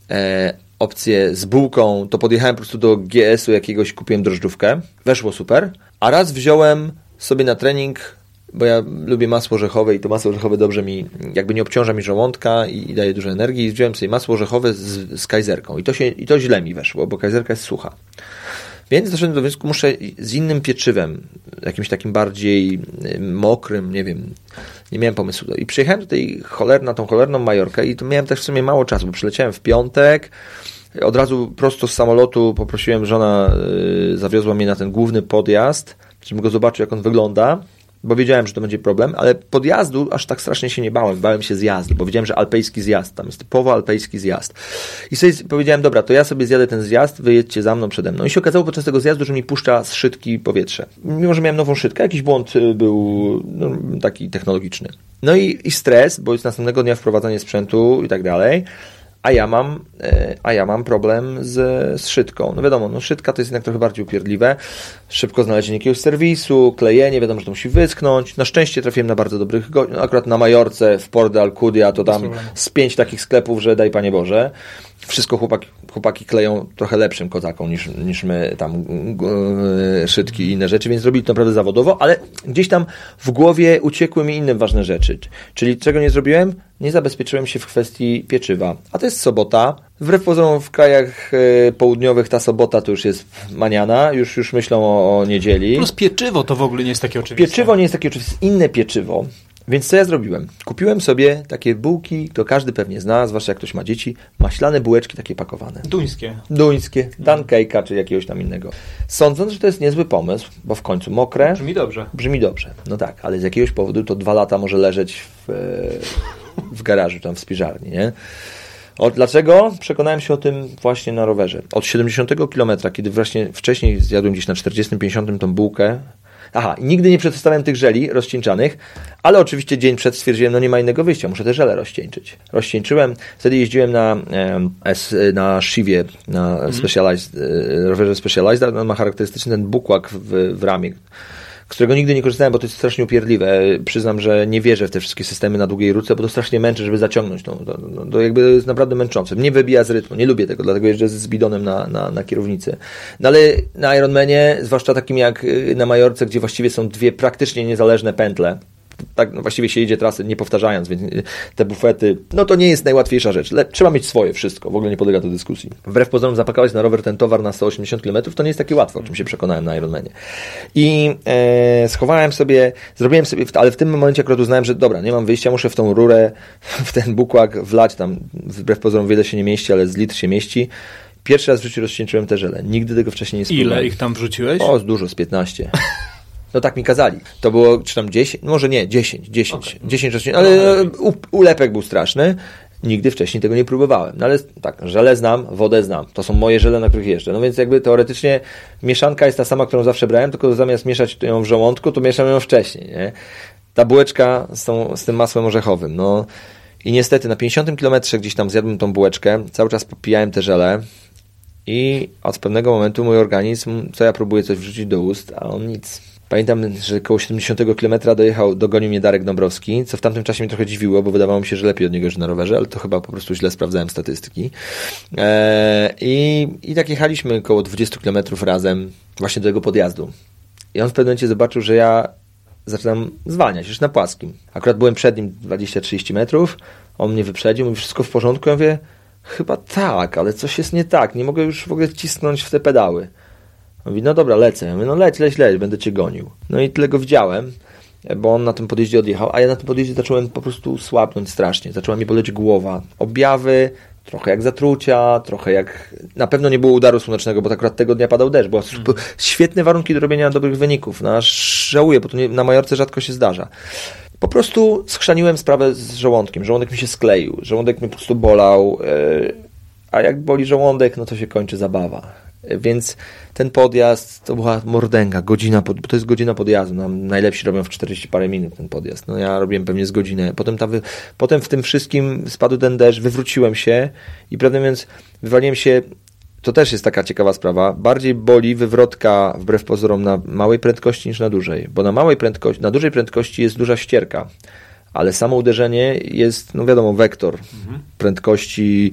opcję z bułką, to podjechałem po prostu do GS-u jakiegoś, kupiłem drożdżówkę, weszło super, a raz wziąłem sobie na trening, bo ja lubię masło orzechowe i to masło orzechowe dobrze mi, jakby nie obciąża mi żołądka i daje dużo energii, i wziąłem sobie masło orzechowe z kajzerką i to źle mi weszło, bo kajzerka jest sucha. Więc doszedłem do wniosku, muszę z innym pieczywem, jakimś takim bardziej mokrym, nie wiem, nie miałem pomysłu. I przyjechałem na tą cholerną Majorkę i to miałem też w sumie mało czasu, bo przyleciałem w piątek, od razu prosto z samolotu poprosiłem, żona zawiozła mnie na ten główny podjazd, żebym go zobaczył, jak on wygląda, bo wiedziałem, że to będzie problem, ale podjazdu aż tak strasznie się nie bałem się zjazdu, bo wiedziałem, że alpejski zjazd, tam jest typowo alpejski zjazd. I sobie powiedziałem, dobra, to ja sobie zjadę ten zjazd, wy jedźcie za mną przede mną. I się okazało podczas tego zjazdu, że mi puszcza z szydki powietrze. Mimo że miałem nową szydkę, jakiś błąd był taki technologiczny. No i stres, bo jest następnego dnia wprowadzanie sprzętu i tak dalej. A ja mam problem z szydką. No wiadomo, szydka to jest jednak trochę bardziej upierdliwe. Szybko znalezienie jakiegoś serwisu, klejenie, wiadomo, że to musi wyschnąć. Na szczęście trafiłem na bardzo dobrych gości. Akurat na Majorce, w Port de Alcudia, to tam z 5 takich sklepów, że daj Panie Boże. Wszystko chłopaki kleją trochę lepszym kozaką niż my tam szydki i inne rzeczy, więc robili to naprawdę zawodowo, ale gdzieś tam w głowie uciekły mi inne ważne rzeczy. Czyli czego nie zrobiłem? Nie zabezpieczyłem się w kwestii pieczywa. A to jest sobota. Wbrew pozorom w krajach południowych ta sobota to już jest maniana, już myślą o niedzieli. Plus pieczywo to w ogóle nie jest takie oczywiste. Pieczywo nie jest takie oczywiste, inne pieczywo. Więc co ja zrobiłem? Kupiłem sobie takie bułki, to każdy pewnie zna, zwłaszcza jak ktoś ma dzieci, maślane bułeczki takie pakowane. Duńskie, dancake'a czy jakiegoś tam innego. Sądząc, że to jest niezły pomysł, bo w końcu mokre. Brzmi dobrze. No tak, ale z jakiegoś powodu to 2 lata może leżeć w garażu, tam w spiżarni, nie? Dlaczego? Przekonałem się o tym właśnie na rowerze. Od 70 km, kiedy właśnie wcześniej zjadłem gdzieś na 40-50 tą bułkę. Nigdy nie przetestowałem tych żeli rozcieńczanych, ale oczywiście dzień przed stwierdziłem, nie ma innego wyjścia, muszę te żele rozcieńczyć. Rozcieńczyłem, wtedy jeździłem na Shivie, na rowerze Specialized, on ma charakterystyczny ten bukłak w ramię, którego nigdy nie korzystałem, bo to jest strasznie upierdliwe. Przyznam, że nie wierzę w te wszystkie systemy na długiej rurce, bo to strasznie męczy, żeby zaciągnąć. To jakby jest naprawdę męczące. Mnie wybija z rytmu, nie lubię tego, dlatego jeżdżę z bidonem na kierownicy. No ale na Ironmanie, zwłaszcza takim jak na Majorce, gdzie właściwie są dwie praktycznie niezależne pętle, tak no właściwie się jedzie trasy nie powtarzając, więc te bufety, no to nie jest najłatwiejsza rzecz. Trzeba mieć swoje wszystko, w ogóle nie podlega to dyskusji. Wbrew pozorom zapakować na rower ten towar na 180 km to nie jest takie łatwe, o czym się przekonałem na Ironmanie. I schowałem sobie, zrobiłem sobie, ale w tym momencie akurat uznałem, że dobra, nie mam wyjścia, muszę w tą rurę, w ten bukłak wlać, tam wbrew pozorom wiele się nie mieści, ale z litr się mieści. Pierwszy raz w życiu rozcieńczyłem te żele. Nigdy tego wcześniej nie spróbowałem. Ile ich tam wrzuciłeś? O, dużo, z 15. No tak mi kazali. To było, czy tam 10? Może nie, 10. Okay. 10 roślin, ale ulepek był straszny. Nigdy wcześniej tego nie próbowałem. No ale tak, żele znam, wodę znam. To są moje żele, na których jeżdżę. No więc jakby teoretycznie mieszanka jest ta sama, którą zawsze brałem, tylko zamiast mieszać ją w żołądku, to mieszam ją wcześniej, nie? Ta bułeczka z tym masłem orzechowym, no. I niestety na 50 kilometrze gdzieś tam zjadłem tą bułeczkę, cały czas popijałem te żele i od pewnego momentu mój organizm, co ja próbuję coś wrzucić do ust, a on nic. Pamiętam, że koło 70 km dogonił mnie Darek Dąbrowski, co w tamtym czasie mnie trochę dziwiło, bo wydawało mi się, że lepiej od niego jeżdżę na rowerze, ale to chyba po prostu źle sprawdzałem statystyki. I tak jechaliśmy koło 20 km razem właśnie do tego podjazdu. I on w pewnym momencie zobaczył, że ja zaczynam zwalniać już na płaskim. Akurat byłem przed nim 20-30 metrów, on mnie wyprzedził, mówi, wszystko w porządku? Ja mówię, chyba tak, ale coś jest nie tak, nie mogę już w ogóle cisnąć w te pedały. Mówi, no dobra, lecę. Ja mówię, no leć, będę cię gonił. No i tyle go widziałem, bo on na tym podjeździe odjechał, a ja na tym podjeździe zacząłem po prostu słabnąć strasznie. Zaczęła mi boleć głowa. Objawy, trochę jak zatrucia, trochę jak... Na pewno nie było udaru słonecznego, bo akurat tego dnia padał deszcz. Były świetne warunki do robienia dobrych wyników. No aż żałuję, bo to na Majorce rzadko się zdarza. Po prostu schrzaniłem sprawę z żołądkiem. Żołądek mi się skleił. Żołądek mnie po prostu bolał. A jak boli żołądek, no to się kończy zabawa. Więc ten podjazd to była mordęga, godzina, bo to jest godzina podjazdu. Najlepsi robią w 40 parę minut ten podjazd. No ja robiłem pewnie z godzinę. Potem w tym wszystkim spadł ten deszcz, wywróciłem się i prawdę mówiąc wywaliłem się. To też jest taka ciekawa sprawa. Bardziej boli wywrotka wbrew pozorom na małej prędkości niż na dużej. Bo na dużej prędkości jest duża ścierka. Ale samo uderzenie jest, no wiadomo, wektor prędkości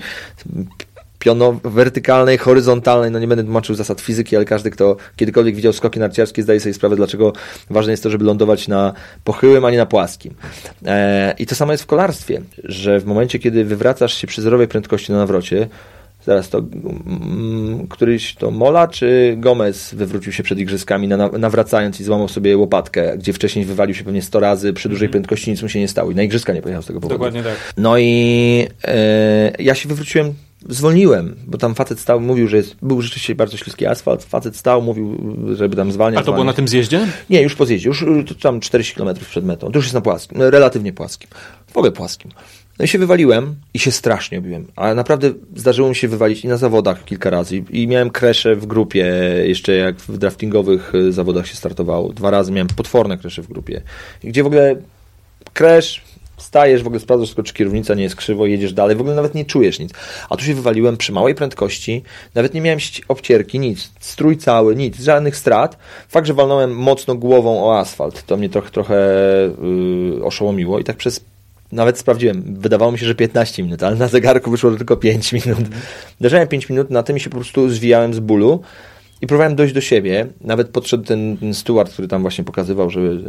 wertykalnej, horyzontalnej, no nie będę tłumaczył zasad fizyki, ale każdy, kto kiedykolwiek widział skoki narciarskie, zdaje sobie sprawę, dlaczego ważne jest to, żeby lądować na pochyłym, a nie na płaskim. I to samo jest w kolarstwie, że w momencie, kiedy wywracasz się przy zerowej prędkości na nawrocie, zaraz to któryś to Mola czy Gomez wywrócił się przed igrzyskami nawracając i złamał sobie łopatkę, gdzie wcześniej wywalił się pewnie 100 razy, przy dużej prędkości nic mu się nie stało i na igrzyska nie pojechał z tego powodu. Dokładnie tak. No i ja się wywróciłem, zwolniłem, bo tam facet stał, mówił, że był rzeczywiście bardzo śliski asfalt, facet stał, mówił, żeby tam zwalniać. A to było na tym zjeździe? Nie, już po zjeździe, już tam 40 km przed metą, to już jest na płaskim, relatywnie płaskim, w ogóle płaskim. No i się wywaliłem i się strasznie obiłem, ale naprawdę zdarzyło mi się wywalić i na zawodach kilka razy i miałem kresze w grupie, jeszcze jak w draftingowych zawodach się startowało, 2 razy miałem potworne kresze w grupie, gdzie w ogóle kresz, stajesz, w ogóle sprawdzasz tylko, czy kierownica nie jest krzywo, jedziesz dalej, w ogóle nawet nie czujesz nic. A tu się wywaliłem przy małej prędkości, nawet nie miałem obcierki, nic, strój cały, nic, żadnych strat. Fakt, że walnąłem mocno głową o asfalt, to mnie trochę oszołomiło i tak nawet sprawdziłem, wydawało mi się, że 15 minut, ale na zegarku wyszło tylko 5 minut. Leżałem 5 minut na tym i się po prostu zwijałem z bólu i próbowałem dojść do siebie. Nawet podszedł ten steward, który tam właśnie pokazywał,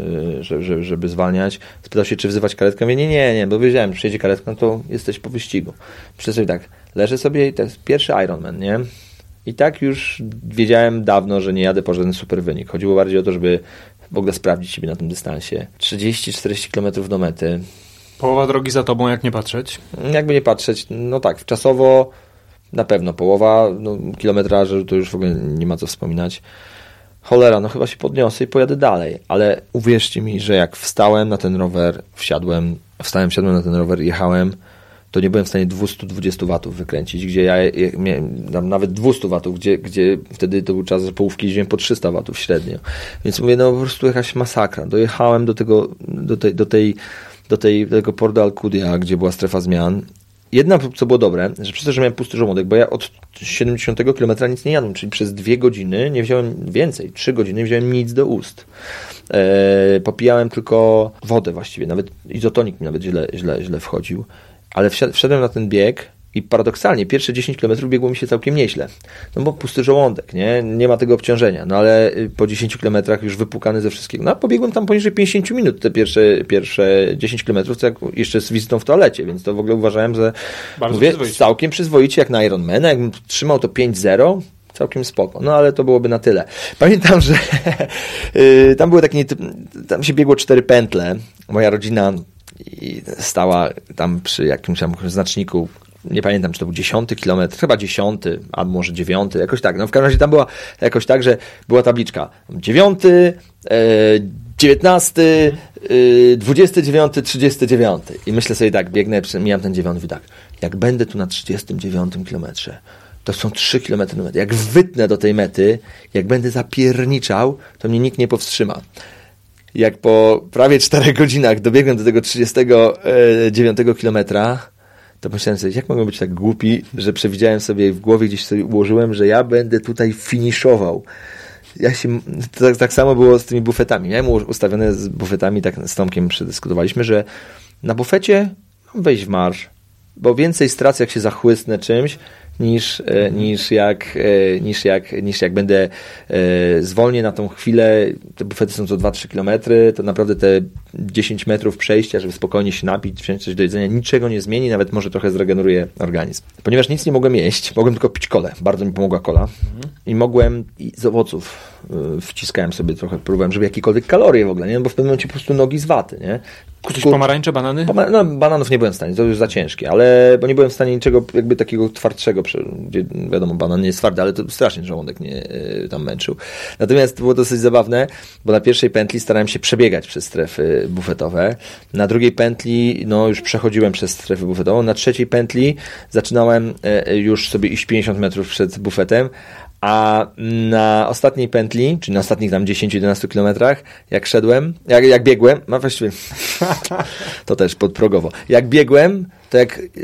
żeby zwalniać. Spytał się, czy wzywać karetkę. Mówię, nie, bo wiedziałem, że przyjedzie karetka, no to jesteś po wyścigu. Myślę sobie tak, leżę sobie i to jest pierwszy Ironman, nie? I tak już wiedziałem dawno, że nie jadę po żaden super wynik. Chodziło bardziej o to, żeby w ogóle sprawdzić siebie na tym dystansie. 30-40 km do mety. Połowa drogi za tobą, jak nie patrzeć? Jakby nie patrzeć, no tak, czasowo na pewno połowa, kilometrażu to już w ogóle nie ma co wspominać. Cholera, no chyba się podniosę i pojadę dalej, ale uwierzcie mi, że jak wstałem na ten rower, wsiadłem na ten rower i jechałem, to nie byłem w stanie 220 watów wykręcić, gdzie ja miałem nawet 200 watów, gdzie wtedy to był czas, że połówki jeździłem po 300 watów średnio. Więc mówię, no po prostu jakaś masakra. Dojechałem do tego Porto Alcudia, gdzie była strefa zmian jedna, co było dobre, że przez to, że miałem pusty żołądek, bo ja od 70 km nic nie jadłem, czyli przez 2 godziny nie wziąłem więcej, 3 godziny nie wziąłem nic do ust. Popijałem tylko wodę właściwie, nawet izotonik mi nawet źle wchodził, ale wszedłem na ten bieg i paradoksalnie pierwsze 10 km biegło mi się całkiem nieźle, no bo pusty żołądek, nie ma tego obciążenia, no ale po 10 km już wypłukany ze wszystkiego, no a pobiegłem tam poniżej 50 minut te pierwsze 10 km, co jak jeszcze z wizytą w toalecie, więc to w ogóle uważałem, że całkiem przyzwoicie jak na Ironmana, jakbym trzymał to 5-0, całkiem spoko, no ale to byłoby na tyle. Pamiętam, że tam były takie, tam się biegło 4 pętle, moja rodzina stała tam przy jakimś tam znaczniku, nie pamiętam, czy to był 10 kilometr, chyba 10, a może 9, jakoś tak. No w każdym razie tam była jakoś tak, że była tabliczka 9, 19, 29, 39. I myślę sobie tak, biegnę, mijam ten 9 i tak, jak będę tu na 39 kilometrze, to są 3 kilometry do mety. Jak wytnę do tej mety, jak będę zapierniczał, to mnie nikt nie powstrzyma. Jak po prawie 4 godzinach dobiegłem do tego 39 kilometra, to myślałem sobie, jak mogę być tak głupi, że przewidziałem sobie w głowie, gdzieś sobie ułożyłem, że ja będę tutaj finiszował. Tak samo było z tymi bufetami. Miałem ustawione z bufetami, tak z Tomkiem przedyskutowaliśmy, że na bufecie mam wejść w marsz, bo więcej stracę, jak się zachłysnę czymś, niż jak będę zwolnię na tą chwilę. Te bufety są co 2-3 kilometry, to naprawdę te 10 metrów przejścia, żeby spokojnie się napić, wziąć coś do jedzenia, niczego nie zmieni, nawet może trochę zregeneruje organizm. Ponieważ nic nie mogłem jeść, mogłem tylko pić kolę. Bardzo mi pomogła kola. I mogłem z owoców wciskałem sobie trochę, próbowałem, żeby jakiekolwiek kalorie w ogóle, nie? Bo w pewnym momencie po prostu nogi z waty, nie? Jakieś pomarańcze, banany? No, bananów nie byłem w stanie, to już za ciężkie, ale bo nie byłem w stanie niczego jakby takiego twardszego, gdzie wiadomo, banan nie jest twardy, ale to strasznie żołądek mnie tam męczył. Natomiast było dosyć zabawne, bo na pierwszej pętli starałem się przebiegać przez strefy bufetowe, na drugiej pętli no już przechodziłem przez strefę bufetową, na trzeciej pętli zaczynałem już sobie iść 50 metrów przed bufetem, a na ostatniej pętli, czyli na ostatnich tam 10-11 kilometrach, jak szedłem, jak biegłem, no właściwie to też podprogowo, jak biegłem, to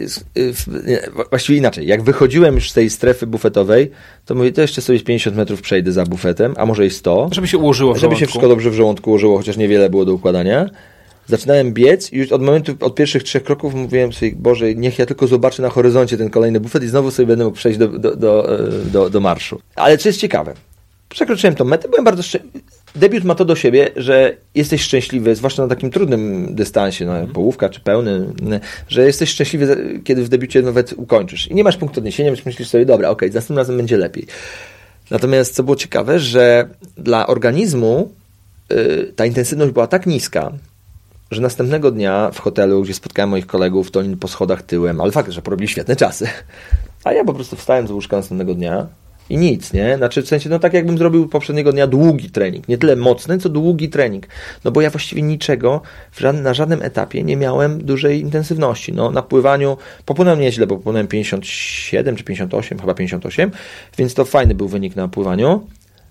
właściwie inaczej, jak wychodziłem już z tej strefy bufetowej, to mówię, to jeszcze sobie 50 metrów przejdę za bufetem, a może i 100. Żeby się ułożyło w żołądku. Żeby się wszystko dobrze w żołądku ułożyło, chociaż niewiele było do układania. Zaczynałem biec i już od pierwszych 3 kroków mówiłem sobie, Boże, niech ja tylko zobaczę na horyzoncie ten kolejny bufet i znowu sobie będę mógł przejść do marszu. Ale co jest ciekawe, przekroczyłem tą metę, byłem bardzo szczęśliwy. Debiut ma to do siebie, że jesteś szczęśliwy, zwłaszcza na takim trudnym dystansie, połówka czy pełny, że jesteś szczęśliwy, kiedy w debiucie nawet ukończysz. I nie masz punktu odniesienia, więc myślisz sobie, dobra, okej, następnym razem będzie lepiej. Natomiast co było ciekawe, że dla organizmu ta intensywność była tak niska, że następnego dnia w hotelu, gdzie spotkałem moich kolegów, to oni po schodach tyłem, ale fakt, że porobili świetne czasy. A ja po prostu wstałem z łóżka następnego dnia i nic, nie? Znaczy w sensie, no tak jakbym zrobił poprzedniego dnia długi trening. Nie tyle mocny, co długi trening. No bo ja właściwie niczego na żadnym etapie nie miałem dużej intensywności. No na pływaniu popłynąłem nieźle, bo popłynąłem 57 czy 58, chyba 58, więc to fajny był wynik na pływaniu.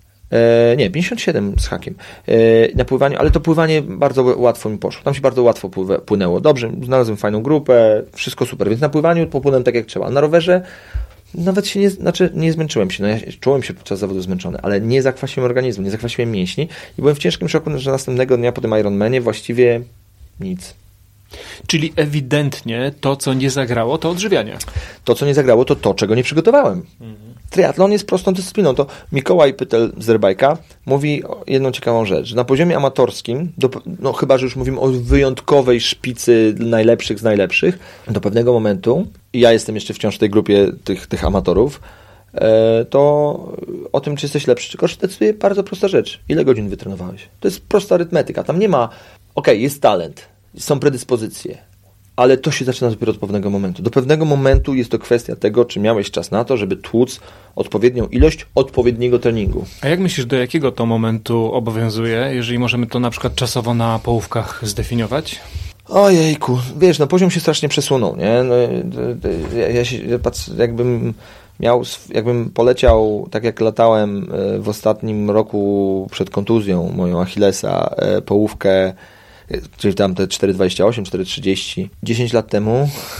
57 z hakiem na pływaniu, ale to pływanie bardzo łatwo mi poszło. Tam się bardzo łatwo płynęło. Dobrze, znalazłem fajną grupę, wszystko super, więc na pływaniu popłynąłem tak jak trzeba. Na rowerze nawet się nie zmęczyłem się. No ja czułem się podczas zawodu zmęczony, ale nie zakwasiłem organizmu, nie zakwasiłem mięśni i byłem w ciężkim szoku, że następnego dnia po tym Ironmanie właściwie nic. Czyli ewidentnie to, co nie zagrało, to odżywianie. To, co nie zagrało, to czego nie przygotowałem. Triatlon jest prostą dyscypliną. To Mikołaj Pytel z Rybajka mówi jedną ciekawą rzecz, że na poziomie amatorskim, no chyba, że już mówimy o wyjątkowej szpicy najlepszych z najlepszych, do pewnego momentu, i ja jestem jeszcze wciąż w tej grupie tych amatorów, to o tym, czy jesteś lepszy, tylko decyduje bardzo prosta rzecz. Ile godzin wytrenowałeś? To jest prosta arytmetyka. Tam nie ma, jest talent, są predyspozycje, ale to się zaczyna dopiero od pewnego momentu. Do pewnego momentu jest to kwestia tego, czy miałeś czas na to, żeby tłuc odpowiednią ilość odpowiedniego treningu. A jak myślisz, do jakiego to momentu obowiązuje, jeżeli możemy to na przykład czasowo na połówkach zdefiniować? Ojejku, wiesz, poziom się strasznie przesunął, nie? Ja patrzę, jakbym poleciał, tak jak latałem w ostatnim roku przed kontuzją moją Achillesa, połówkę, czyli tam te 4,28, 4,30, 10 lat temu,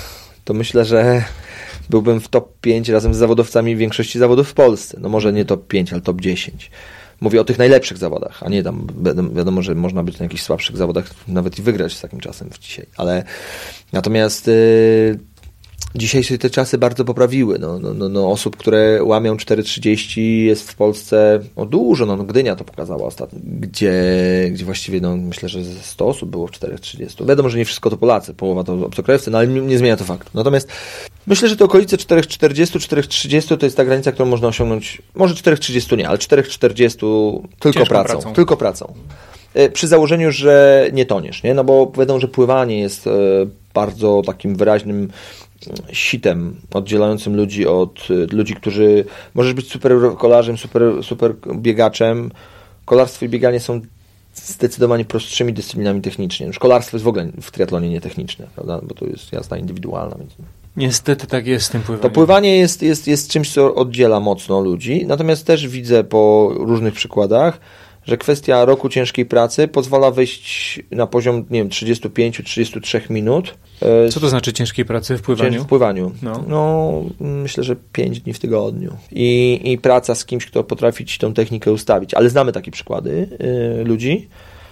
to myślę, że byłbym w top 5 razem z zawodowcami większości zawodów w Polsce. No może nie top 5, ale top 10. Mówię o tych najlepszych zawodach, a nie tam, wiadomo, że można być na jakichś słabszych zawodach nawet i wygrać z takim czasem dzisiaj. Ale natomiast dzisiaj się te czasy bardzo poprawiły. No, osób, które łamią 4,30 jest w Polsce dużo. No, Gdynia to pokazała ostatnio, gdzie właściwie myślę, że 100 osób było w 4,30. Wiadomo, że nie wszystko to Polacy, połowa to obcokrajowcy, no ale nie zmienia to faktu. Natomiast myślę, że to okolice 4,40, 4,30 to jest ta granica, którą można osiągnąć, może 4,30 nie, ale 4,40 tylko pracą. Przy założeniu, że nie toniesz, nie? No bo wiadomo, że pływanie jest bardzo takim wyraźnym sitem oddzielającym ludzi od ludzi, którzy... Możesz być super kolarzem, super biegaczem. Kolarstwo i bieganie są zdecydowanie prostszymi dyscyplinami technicznie. Kolarstwo jest w ogóle w triatlonie nietechniczne, prawda? Bo to jest jazda indywidualna. Więc... Niestety tak jest z tym pływaniem. To pływanie jest czymś, co oddziela mocno ludzi. Natomiast też widzę po różnych przykładach, że kwestia roku ciężkiej pracy pozwala wejść na poziom, nie wiem, 35-33 minut. Co to znaczy ciężkiej pracy w pływaniu? W pływaniu. No, myślę, że 5 dni w tygodniu. I praca z kimś, kto potrafi ci tą technikę ustawić. Ale znamy takie przykłady ludzi.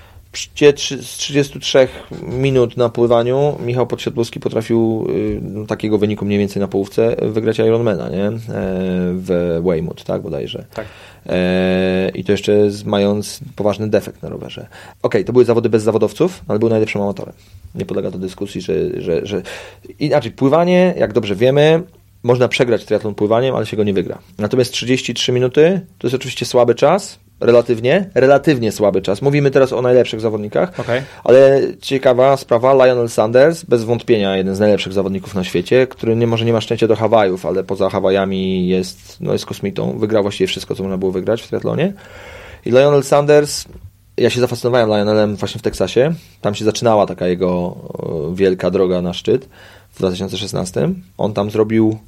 Z 33 minut na pływaniu Michał Podsiadłowski potrafił takiego wyniku mniej więcej na połówce wygrać Ironmana, nie? W Weymouth, tak? Bodajże. Tak. I to jeszcze mając poważny defekt na rowerze. Okej, to były zawody bez zawodowców, ale był najlepszym amatorem. Nie podlega to dyskusji, że... Inaczej, pływanie, jak dobrze wiemy, można przegrać triatlon pływaniem, ale się go nie wygra. Natomiast 33 minuty to jest oczywiście słaby czas, relatywnie słaby czas. Mówimy teraz o najlepszych zawodnikach, ale ciekawa sprawa, Lionel Sanders, bez wątpienia jeden z najlepszych zawodników na świecie, który może nie ma szczęścia do Hawajów, ale poza Hawajami jest kosmitą. Wygrał właściwie wszystko, co można było wygrać w triatlonie. I Lionel Sanders, ja się zafascynowałem Lionelem właśnie w Teksasie. Tam się zaczynała taka jego wielka droga na szczyt w 2016. On tam zrobił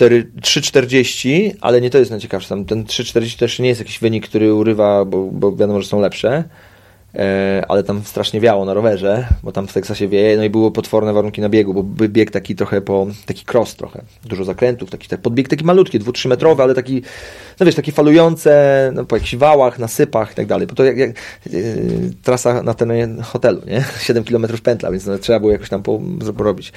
3,40, ale nie to jest najciekawsze. Tam ten 3,40 też nie jest jakiś wynik, który urywa, bo wiadomo, że są lepsze, ale tam strasznie wiało na rowerze, bo tam w Teksasie wieje, no i były potworne warunki na biegu, bo bieg taki trochę taki cross trochę, dużo zakrętów, taki podbieg taki malutki, 2-3 metrowy, ale taki, no wiesz, takie falujące, no po jakichś wałach, nasypach i tak dalej, bo to jak trasa na terenie hotelu, nie? 7 km pętla, więc no, trzeba było jakoś tam porobić.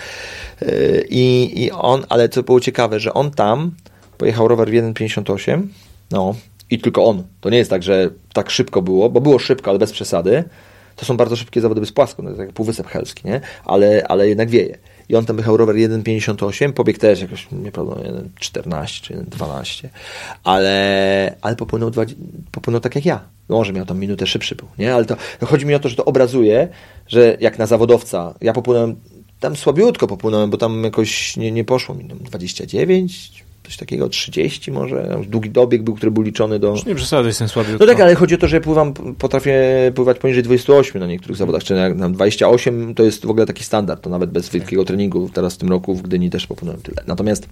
I on, ale co było ciekawe, że on tam pojechał rower w 1,58, no, i tylko on. To nie jest tak, że tak szybko było, bo było szybko, ale bez przesady. To są bardzo szybkie zawody bez płasko, no, tak jak Półwysep Helski, nie? Ale jednak wieje. I on tam jechał rower 1,58, pobiegł też jakoś, nieprawdopodobnie 1,14 czy 1,12, ale popłynął tak jak ja. Może miał tam minutę szybszy był, nie? Ale to chodzi mi o to, że to obrazuje, że jak na zawodowca, ja popłynąłem, tam słabiutko popłynąłem, bo tam jakoś nie poszło mi, 29, coś takiego, 30 może, długi dobieg był, który był liczony do... Już nie przesadzaj z tym słabiutko. No tak, ale chodzi o to, że potrafię pływać poniżej 28 na niektórych zawodach, czy na 28 to jest w ogóle taki standard, to nawet bez wielkiego treningu. Teraz w tym roku w Gdyni też popłynąłem tyle. Natomiast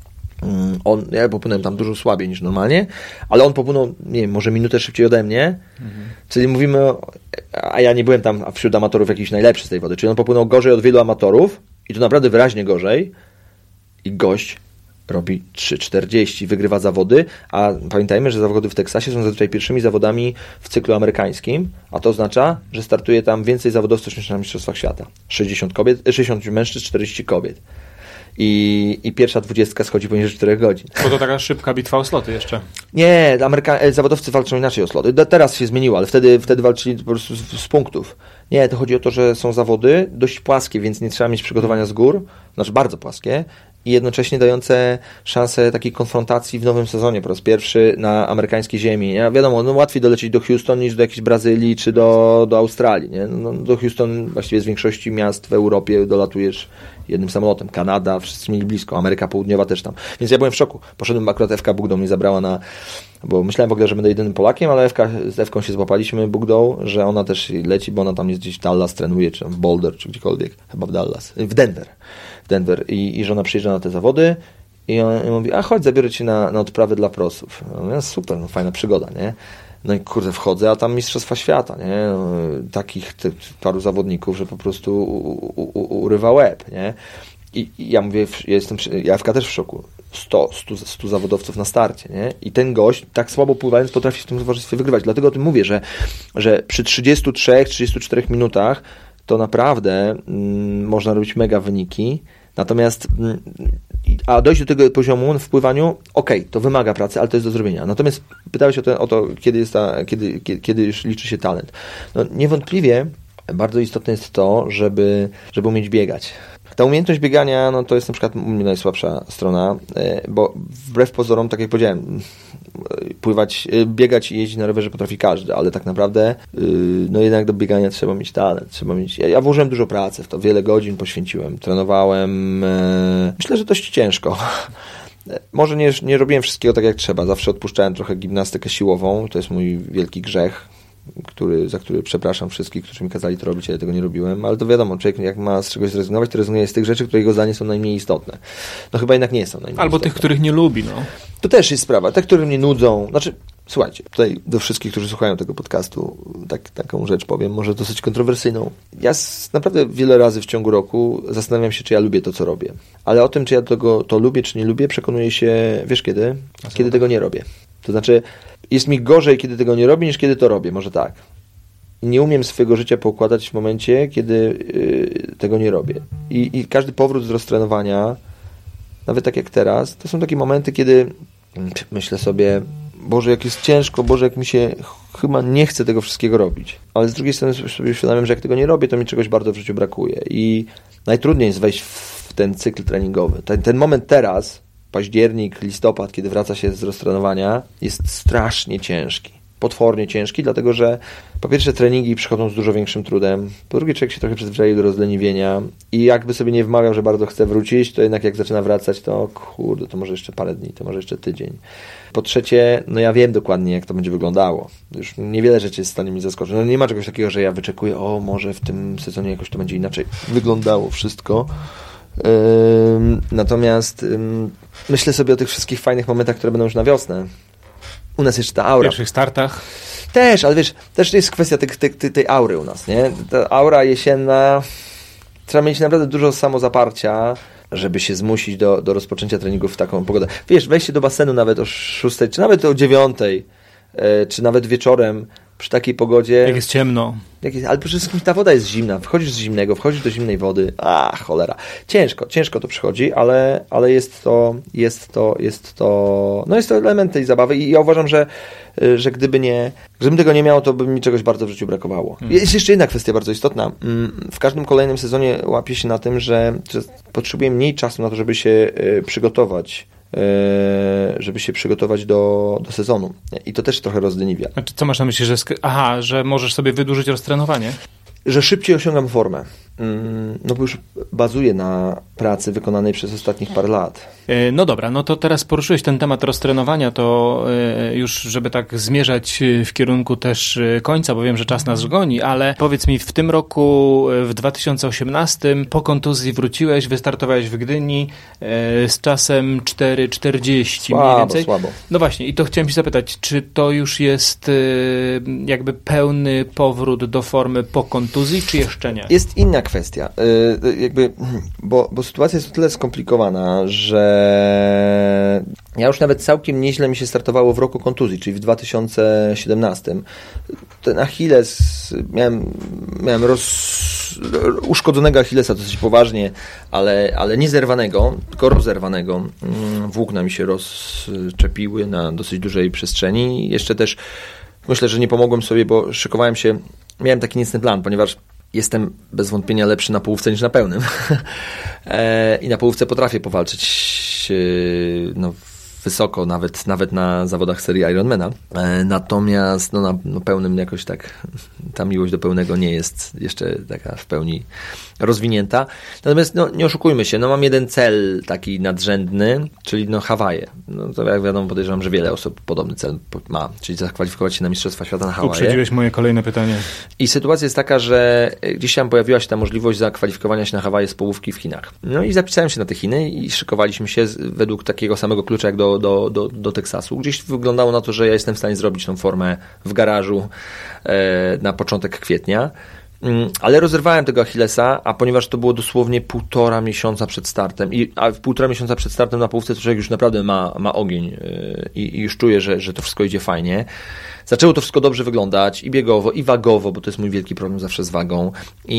ja popłynąłem tam dużo słabiej niż normalnie, ale on popłynął, nie wiem, może minutę szybciej ode mnie, czyli mówimy, a ja nie byłem tam wśród amatorów jakiś najlepszy z tej wody, czyli on popłynął gorzej od wielu amatorów i to naprawdę wyraźnie gorzej i gość robi 3,40, wygrywa zawody, a pamiętajmy, że zawody w Teksasie są zazwyczaj pierwszymi zawodami w cyklu amerykańskim, a to oznacza, że startuje tam więcej zawodowców niż na Mistrzostwach Świata. 60 mężczyzn, 40 kobiet. I pierwsza 20 schodzi poniżej 4 godzin. Bo to taka szybka bitwa o sloty jeszcze. Nie, zawodowcy walczą inaczej o sloty. Teraz się zmieniło, ale wtedy walczyli po prostu z punktów. Nie, to chodzi o to, że są zawody dość płaskie, więc nie trzeba mieć przygotowania z gór, znaczy bardzo płaskie, i jednocześnie dające szansę takiej konfrontacji w nowym sezonie po raz pierwszy na amerykańskiej ziemi. Nie? Wiadomo, no łatwiej dolecieć do Houston niż do jakiejś Brazylii czy do Australii. Nie? No, do Houston właściwie z większości miast w Europie dolatujesz jednym samolotem. Kanada, wszyscy mieli blisko, Ameryka Południowa też tam. Więc ja byłem w szoku. Poszedłem, akurat Ewka Bugdą mnie zabrała bo myślałem w ogóle, że będę jedynym Polakiem, ale z Ewką się złapaliśmy Bugdą, że ona też leci, bo ona tam jest gdzieś w Dallas, trenuje, czy tam w Boulder, czy gdziekolwiek, chyba w Dallas, w Denver. I że ona przyjeżdża na te zawody i on mówi, a chodź, zabiorę cię na odprawę dla prosów. No, super, no, fajna przygoda, nie? No i kurde, wchodzę, a tam Mistrzostwa Świata, nie? No, takich paru zawodników, że po prostu urywa łeb, nie? I ja mówię, ja też w szoku. 100 zawodowców na starcie, nie? I ten gość, tak słabo pływając, potrafi w tym towarzystwie wygrywać. Dlatego o tym mówię, że przy 33-34 minutach to naprawdę można robić mega wyniki. Natomiast, a dojść do tego poziomu w pływaniu, to wymaga pracy, ale to jest do zrobienia. Natomiast pytałeś o to kiedy już liczy się talent. No, niewątpliwie bardzo istotne jest to, żeby umieć biegać. Ta umiejętność biegania, no to jest na przykład u mnie najsłabsza strona, bo wbrew pozorom, tak jak powiedziałem, biegać i jeździć na rowerze potrafi każdy, ale tak naprawdę no jednak do biegania trzeba mieć talent. Ja włożyłem dużo pracy w to, wiele godzin poświęciłem, trenowałem, myślę, że dość ciężko. Może nie robiłem wszystkiego tak jak trzeba, zawsze odpuszczałem trochę gimnastykę siłową, to jest mój wielki grzech, za który przepraszam wszystkich, którzy mi kazali to robić, ja tego nie robiłem, ale to wiadomo, człowiek jak ma z czegoś zrezygnować, to rezygnuje z tych rzeczy, które jego zdanie są najmniej istotne. No chyba jednak nie są najmniej Albo istotne. Tych, których nie lubi, no. To też jest sprawa. Te, które mnie nudzą, znaczy, słuchajcie, tutaj do wszystkich, którzy słuchają tego podcastu, taką rzecz powiem, może dosyć kontrowersyjną. Ja naprawdę wiele razy w ciągu roku zastanawiam się, czy ja lubię to, co robię. Ale o tym, czy ja to lubię, czy nie lubię, przekonuję się, wiesz kiedy? Kiedy tego nie robię. To znaczy, jest mi gorzej, kiedy tego nie robię, niż kiedy to robię, może tak. I nie umiem swojego życia poukładać w momencie, kiedy tego nie robię. I każdy powrót z roztrenowania, nawet tak jak teraz, to są takie momenty, kiedy myślę sobie, Boże, jak jest ciężko, Boże, jak mi się chyba nie chce tego wszystkiego robić. Ale z drugiej strony sobie uświadamiam, że jak tego nie robię, to mi czegoś bardzo w życiu brakuje. I najtrudniej jest wejść w ten cykl treningowy. Ten moment teraz, październik, listopad, kiedy wraca się z roztrenowania, jest strasznie ciężki. Potwornie ciężki, dlatego że po pierwsze treningi przychodzą z dużo większym trudem, po drugie człowiek się trochę przyzwyczaił do rozleniwienia i jakby sobie nie wmawiał, że bardzo chce wrócić, to jednak jak zaczyna wracać, to kurde, to może jeszcze parę dni, to może jeszcze tydzień. Po trzecie, no ja wiem dokładnie, jak to będzie wyglądało. Już niewiele rzeczy jest w stanie mi zaskoczyć. No nie ma czegoś takiego, że ja wyczekuję, może w tym sezonie jakoś to będzie inaczej wyglądało wszystko. Natomiast myślę sobie o tych wszystkich fajnych momentach, które będą już na wiosnę. U nas jeszcze ta aura. W pierwszych startach. Też, ale wiesz, też jest kwestia tej aury u nas, nie? Ta aura jesienna, trzeba mieć naprawdę dużo samozaparcia, żeby się zmusić do rozpoczęcia treningów w taką pogodę. Wiesz, wejście do basenu nawet o 6, czy nawet o 9, czy nawet wieczorem przy takiej pogodzie. Jak jest ciemno. Ale przede wszystkim ta woda jest zimna. Wchodzisz z zimnego, wchodzisz do zimnej wody. Cholera. Ciężko to przychodzi, ale jest to element tej zabawy i ja uważam, że gdybym tego nie miał, to by mi czegoś bardzo w życiu brakowało. Jest jeszcze jedna kwestia bardzo istotna. W każdym kolejnym sezonie łapię się na tym, że potrzebuję mniej czasu na to, żeby się przygotować do sezonu. I to też trochę rozleniwia. Znaczy, co masz na myśli, że możesz sobie wydłużyć roztrenowanie? Że szybciej osiągam formę. No bo już bazuję na pracy wykonanej przez ostatnich parę lat. No dobra, no to teraz poruszyłeś ten temat roztrenowania, to już żeby tak zmierzać w kierunku też końca, bo wiem, że czas nas goni, ale powiedz mi, w tym roku, w 2018 po kontuzji wróciłeś, wystartowałeś w Gdyni z czasem 4:40 mniej więcej. Słabo. No właśnie, i to chciałem się zapytać, czy to już jest jakby pełny powrót do formy po kontuzji, czy jeszcze nie? Jest inna kwestia, bo sytuacja jest o tyle skomplikowana, że ja już nawet całkiem nieźle mi się startowało w roku kontuzji, czyli w 2017. Ten Achilles, miałem uszkodzonego Achillesa dosyć poważnie, ale nie zerwanego, tylko rozerwanego. Włókna mi się rozczepiły na dosyć dużej przestrzeni. Jeszcze też myślę, że nie pomogłem sobie, bo szykowałem się, miałem taki niecny plan, ponieważ jestem bez wątpienia lepszy na połówce niż na pełnym. I na połówce potrafię powalczyć wysoko, nawet na zawodach serii Ironmana. Natomiast na pełnym jakoś tak ta miłość do pełnego nie jest jeszcze taka w pełni rozwinięta. Natomiast nie oszukujmy się, mam jeden cel taki nadrzędny, czyli Hawaje. To jak wiadomo, podejrzewam, że wiele osób podobny cel ma, czyli zakwalifikować się na Mistrzostwa Świata na Hawaje. Uprzedziłeś moje kolejne pytanie. I sytuacja jest taka, że gdzieś tam pojawiła się ta możliwość zakwalifikowania się na Hawaje z połówki w Chinach. I zapisałem się na te Chiny i szykowaliśmy się według takiego samego klucza jak do Teksasu. Gdzieś wyglądało na to, że ja jestem w stanie zrobić tą formę w garażu na początek kwietnia. Ale rozerwałem tego Achillesa, a ponieważ to było dosłownie 1,5 miesiąca przed startem, a 1,5 miesiąca przed startem na połówce to człowiek już naprawdę ma ogień i już czuje, że to wszystko idzie fajnie. Zaczęło to wszystko dobrze wyglądać i biegowo, i wagowo, bo to jest mój wielki problem zawsze z wagą.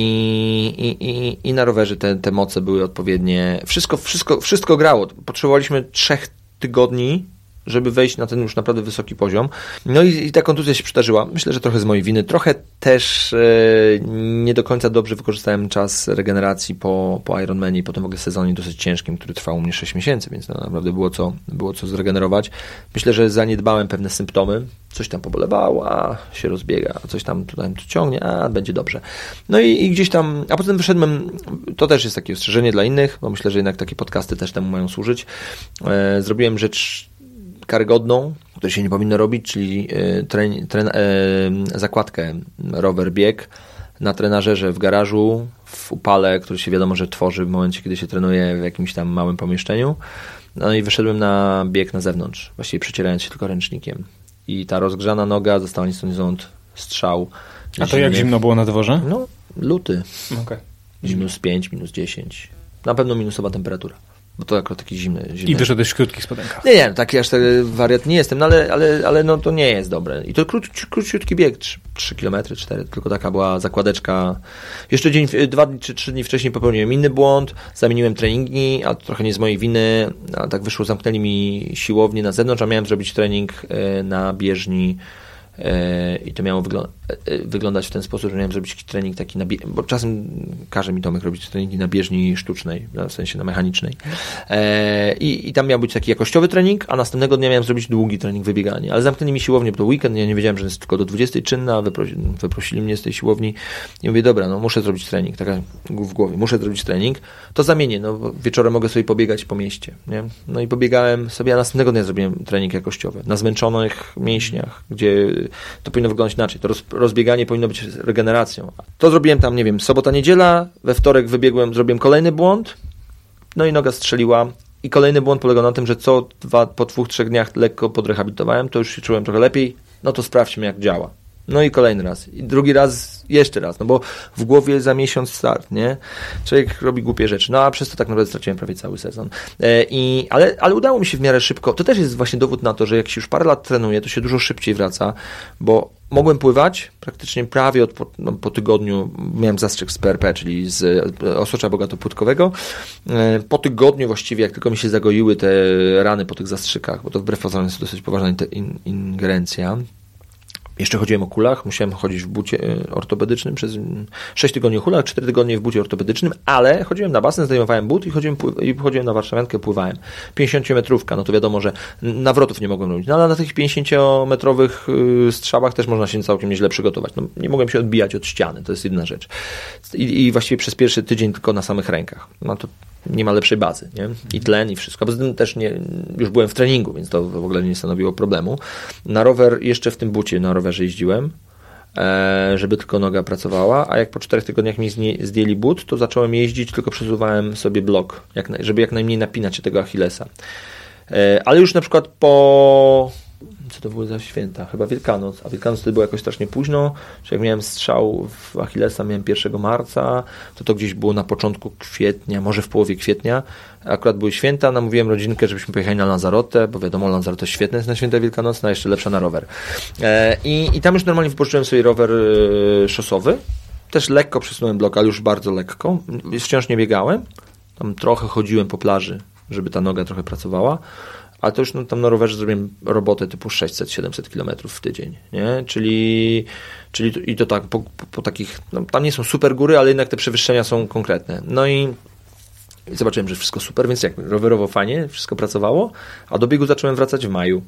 I na rowerze te moce były odpowiednie. Wszystko grało. Potrzebowaliśmy 3 tygodni, żeby wejść na ten już naprawdę wysoki poziom. No i ta kontuzja się przydarzyła. Myślę, że trochę z mojej winy. Trochę też nie do końca dobrze wykorzystałem czas regeneracji po Ironmanie i po tym w ogóle sezonie dosyć ciężkim, który trwał u mnie 6 miesięcy, więc naprawdę było co zregenerować. Myślę, że zaniedbałem pewne symptomy. Coś tam pobolewało, a się rozbiega, coś tam tutaj tu ciągnie, a będzie dobrze. No i gdzieś tam, a potem wyszedłem, to też jest takie ostrzeżenie dla innych, bo myślę, że jednak takie podcasty też temu mają służyć. Zrobiłem rzecz karygodną, której się nie powinno robić, czyli zakładkę rower bieg na trenażerze w garażu, w upale, który się wiadomo, że tworzy w momencie, kiedy się trenuje w jakimś tam małym pomieszczeniu. No i wyszedłem na bieg na zewnątrz, właściwie przecierając się tylko ręcznikiem. I ta rozgrzana noga została ni stąd, ni zowąd strzał. A to jak zimno było na dworze? No, luty. Okay. -5, -10. Na pewno minusowa temperatura. Bo to akurat taki zimny. I wyszedłeś w krótkich spodenkach. Nie, taki aż wariat nie jestem, no ale no to nie jest dobre. I to króciutki bieg, 3 km, 4, tylko taka była zakładeczka. Jeszcze 2 czy 3 dni wcześniej popełniłem inny błąd, zamieniłem treningi, a to trochę nie z mojej winy, a tak wyszło, zamknęli mi siłownię na zewnątrz, a miałem zrobić trening na bieżni i to miało wyglądać w ten sposób, że miałem zrobić taki trening taki bo czasem każe mi Tomek robić treningi na bieżni sztucznej, w sensie na mechanicznej. I tam miał być taki jakościowy trening, a następnego dnia miałem zrobić długi trening wybiegania. Ale zamknęli mi siłownię, bo to weekend, ja nie wiedziałem, że jest tylko do 20 czynna, wyprosili mnie z tej siłowni i mówię, dobra, no muszę zrobić trening, taka w głowie, muszę zrobić trening, to zamienię, no bo wieczorem mogę sobie pobiegać po mieście, nie? No i pobiegałem sobie, a następnego dnia zrobiłem trening jakościowy na zmęczonych mięśniach, gdzie to powinno wyglądać inaczej. To rozbieganie powinno być regeneracją. To zrobiłem tam, nie wiem, sobota, niedziela, we wtorek zrobiłem kolejny błąd, no i noga strzeliła. I kolejny błąd polegał na tym, że po 2-3 dniach lekko podrehabilitowałem, to już się czułem trochę lepiej, no to sprawdźmy, jak działa. No i kolejny raz. I drugi raz, jeszcze raz, no bo w głowie za miesiąc start, nie? Człowiek robi głupie rzeczy. No a przez to tak naprawdę straciłem prawie cały sezon. Ale udało mi się w miarę szybko. To też jest właśnie dowód na to, że jak się już parę lat trenuje, to się dużo szybciej wraca, bo mogłem pływać praktycznie prawie po tygodniu. Miałem zastrzyk z PRP, czyli z osocza bogatopłytkowego. Po tygodniu właściwie, jak tylko mi się zagoiły te rany po tych zastrzykach, bo to wbrew pozorom jest dosyć poważna ingerencja. Jeszcze chodziłem o kulach, musiałem chodzić w bucie ortopedycznym przez 6 tygodni o kulach, 4 tygodnie w bucie ortopedycznym, ale chodziłem na basen, zdejmowałem but i chodziłem na warszawiankę, pływałem. 50-metrówka, no to wiadomo, że nawrotów nie mogłem robić, no ale na tych 50-metrowych strzałach też można się całkiem nieźle przygotować. No, nie mogłem się odbijać od ściany, to jest jedna rzecz. I właściwie przez pierwszy tydzień tylko na samych rękach. No to nie ma lepszej bazy, nie? I tlen, i wszystko. Poza tym też już byłem w treningu, więc to w ogóle nie stanowiło problemu. Na rower, jeszcze w tym bucie na rowerze jeździłem, żeby tylko noga pracowała, a jak po 4 tygodniach mi zdjęli but, to zacząłem jeździć, tylko przesuwałem sobie blok, żeby jak najmniej napinać się tego Achillesa. Ale już na przykład co to były za święta? Chyba Wielkanoc. A Wielkanoc to było jakoś strasznie późno. Czyli jak miałem strzał w Achillesa, miałem 1 marca, to gdzieś było na początku kwietnia, może w połowie kwietnia. Akurat były święta, namówiłem rodzinkę, żebyśmy pojechali na Lanzarotę, bo wiadomo, Lanzarote świetne jest na święta wielkanocne, a jeszcze lepsza na rower. I tam już normalnie wypożyczyłem sobie rower szosowy. Też lekko przesunąłem blok, ale już bardzo lekko. Wciąż nie biegałem. Tam trochę chodziłem po plaży, żeby ta noga trochę pracowała. Ale to już tam na rowerze zrobiłem robotę typu 600-700 km w tydzień, nie? Czyli i to tak po takich, no, tam nie są super góry, ale jednak te przewyższenia są konkretne. No i zobaczyłem, że wszystko super, więc jak rowerowo fajnie, wszystko pracowało, a do biegu zacząłem wracać w maju.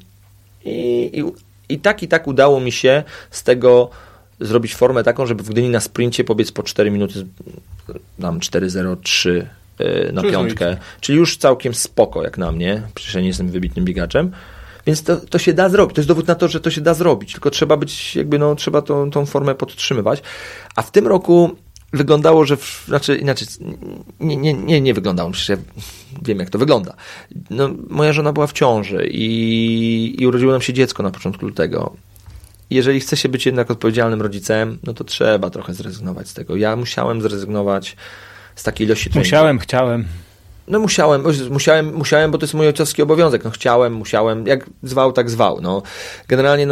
I tak udało mi się z tego zrobić formę taką, żeby w Gdyni na sprincie pobiec po 4 minuty, tam 4:03 na piątkę, czyli już całkiem spoko jak na mnie, przecież ja nie jestem wybitnym biegaczem, więc to się da zrobić, to jest dowód na to, że to się da zrobić, tylko trzeba być trzeba tą formę podtrzymywać, a w tym roku wyglądało, że inaczej, nie wyglądało, przecież ja wiem jak to wygląda. No, moja żona była w ciąży i urodziło nam się dziecko na początku lutego. jeżeli chce się być jednak odpowiedzialnym rodzicem, no to trzeba trochę zrezygnować z tego. Ja musiałem zrezygnować z takiej ilości treningu. Chciałem. No musiałem, bo to jest mój ojcowski obowiązek. No musiałem, jak zwał, tak zwał. No, generalnie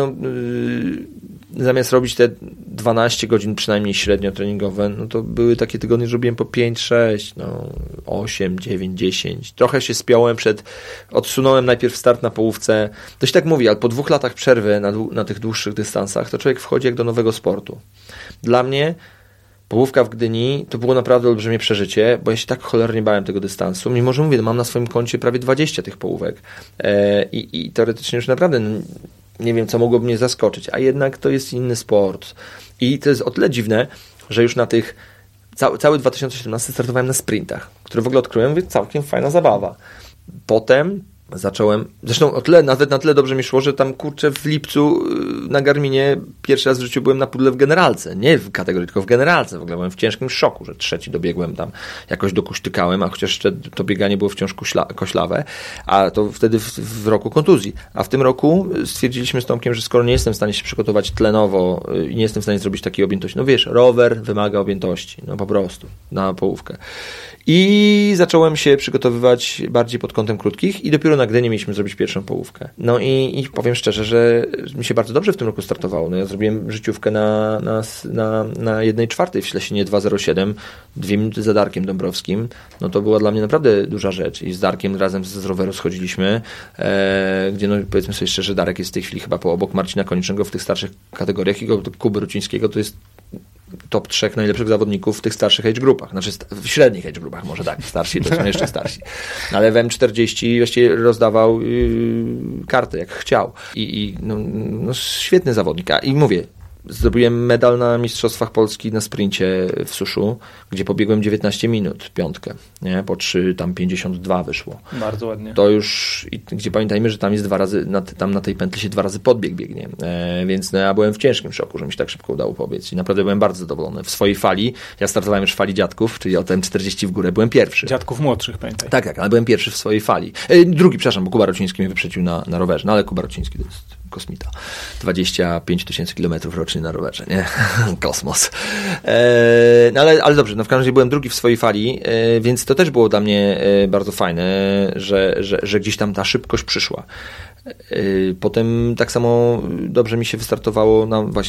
zamiast robić te 12 godzin przynajmniej średnio treningowe, no to były takie tygodnie, że robiłem po 5, 6, 8, 9, 10. Trochę się spiąłem odsunąłem najpierw start na połówce. To się tak mówi, ale po 2 latach przerwy na tych dłuższych dystansach, to człowiek wchodzi jak do nowego sportu. Dla mnie połówka w Gdyni to było naprawdę olbrzymie przeżycie, bo ja się tak cholernie bałem tego dystansu, mimo że mówię, mam na swoim koncie prawie 20 tych połówek i teoretycznie już naprawdę nie wiem, co mogłoby mnie zaskoczyć, a jednak to jest inny sport. I to jest o tyle dziwne, że już na tych cały 2017 startowałem na sprintach, które w ogóle odkryłem, mówię, całkiem fajna zabawa. Potem zacząłem, zresztą nawet na tyle dobrze mi szło, że tam kurczę w lipcu na Garminie pierwszy raz w życiu byłem na pudle w generalce, nie w kategorii, tylko w generalce, w ogóle byłem w ciężkim szoku, że 3 dobiegłem tam, jakoś dokuśtykałem, a chociaż jeszcze to bieganie było wciąż koślawe, a to wtedy w roku kontuzji, a w tym roku stwierdziliśmy z Tomkiem, że skoro nie jestem w stanie się przygotować tlenowo i nie jestem w stanie zrobić takiej objętości, no wiesz, rower wymaga objętości, no po prostu, na połówkę. I zacząłem się przygotowywać bardziej pod kątem krótkich i dopiero na Gdyni mieliśmy zrobić pierwszą połówkę. No i powiem szczerze, że mi się bardzo dobrze w tym roku startowało. No ja zrobiłem życiówkę na 1,4 w Ślesinie 2:07, 2 minuty za Darkiem Dąbrowskim. No to była dla mnie naprawdę duża rzecz. I z Darkiem razem z roweru schodziliśmy, gdzie no powiedzmy sobie szczerze, Darek jest w tej chwili chyba po obok Marcina Koniecznego w tych starszych kategoriach i Kuby Rucińskiego to jest top 3 najlepszych zawodników w tych starszych age grupach. Znaczy w średnich age grupach, może tak, starsi to są jeszcze starsi. Ale w M40 właściwie rozdawał karty jak chciał. I świetny zawodnik. I mówię, zdobyłem medal na Mistrzostwach Polski na sprincie w Suszu, gdzie pobiegłem 19 minut, 5, nie? Po 3:52 wyszło. Bardzo ładnie. To już, gdzie pamiętajmy, że tam jest 2 razy, tam na tej pętli się 2 razy podbieg biegnie, więc ja byłem w ciężkim szoku, że mi się tak szybko udało pobiec i naprawdę byłem bardzo zadowolony. W swojej fali, ja startowałem już w fali dziadków, czyli o M40 w górę, byłem pierwszy. Dziadków młodszych, pamiętaj. Tak, ale byłem pierwszy w swojej fali. Drugi, przepraszam, bo Kuba Ruciński mnie wyprzedził na rowerze, no ale Kuba Ruciński to jest kosmita. 25 000 kilometrów rocznie na rowerze, nie? Kosmos. No ale dobrze, no w każdym razie byłem drugi w swojej fali, więc to też było dla mnie bardzo fajne, że gdzieś tam ta szybkość przyszła. Potem tak samo dobrze mi się wystartowało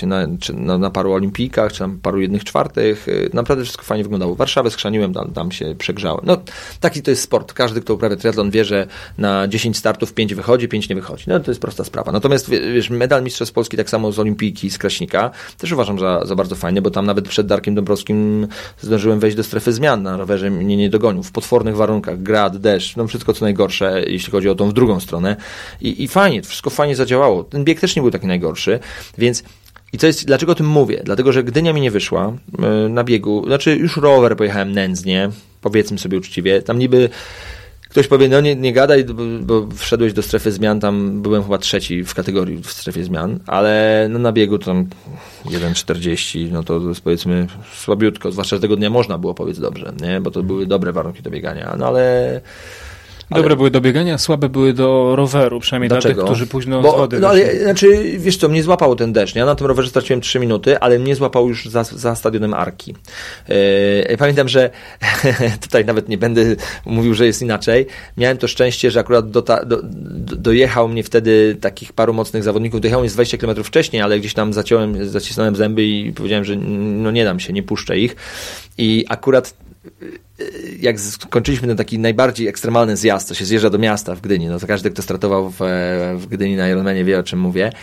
na paru olimpijkach, czy tam paru 1/4. Naprawdę wszystko fajnie wyglądało. Warszawę skrzaniłem, tam się przegrzałem. No, taki to jest sport. Każdy, kto uprawia triatlon, wie, że na 10 startów 5 wychodzi, 5 nie wychodzi. No to jest prosta sprawa. Natomiast wiesz, medal Mistrzostw Polski tak samo z olimpijki, z Kraśnika, też uważam za bardzo fajny, bo tam nawet przed Darkiem Dąbrowskim zdążyłem wejść do strefy zmian. Na rowerze mnie nie dogonił. W potwornych warunkach, grad, deszcz, no wszystko co najgorsze, jeśli chodzi o tą w drugą stronę. I fajnie, wszystko fajnie zadziałało. Ten bieg też nie był taki najgorszy, więc dlaczego o tym mówię? Dlatego, że Gdynia mi nie wyszła na biegu, znaczy już rower pojechałem nędznie, powiedzmy sobie uczciwie, tam niby ktoś powie, no nie gadaj, bo wszedłeś do strefy zmian, tam byłem chyba 3 w kategorii w strefie zmian, ale no na biegu tam 1:40, no to jest powiedzmy słabiutko, zwłaszcza, że tego dnia można było powiedzieć dobrze, nie? Bo to były dobre warunki do biegania, no ale... Dobre były do biegania, słabe były do roweru, przynajmniej Dlaczego? Dla tych, którzy późno z wody no ale, znaczy, wiesz co, mnie złapało ten deszcz. Ja na tym rowerze straciłem 3 minuty, ale mnie złapał już za stadionem Arki. Pamiętam, że tutaj nawet nie będę mówił, że jest inaczej. Miałem to szczęście, że akurat dojechał mnie wtedy takich paru mocnych zawodników. Dojechał mnie z 20 km wcześniej, ale gdzieś tam zacisnąłem zęby i powiedziałem, że no nie dam się, nie puszczę ich. I akurat jak skończyliśmy ten taki najbardziej ekstremalny zjazd, to się zjeżdża do miasta w Gdyni, no to każdy, kto startował w Gdyni na Ironmanie wie, o czym mówię,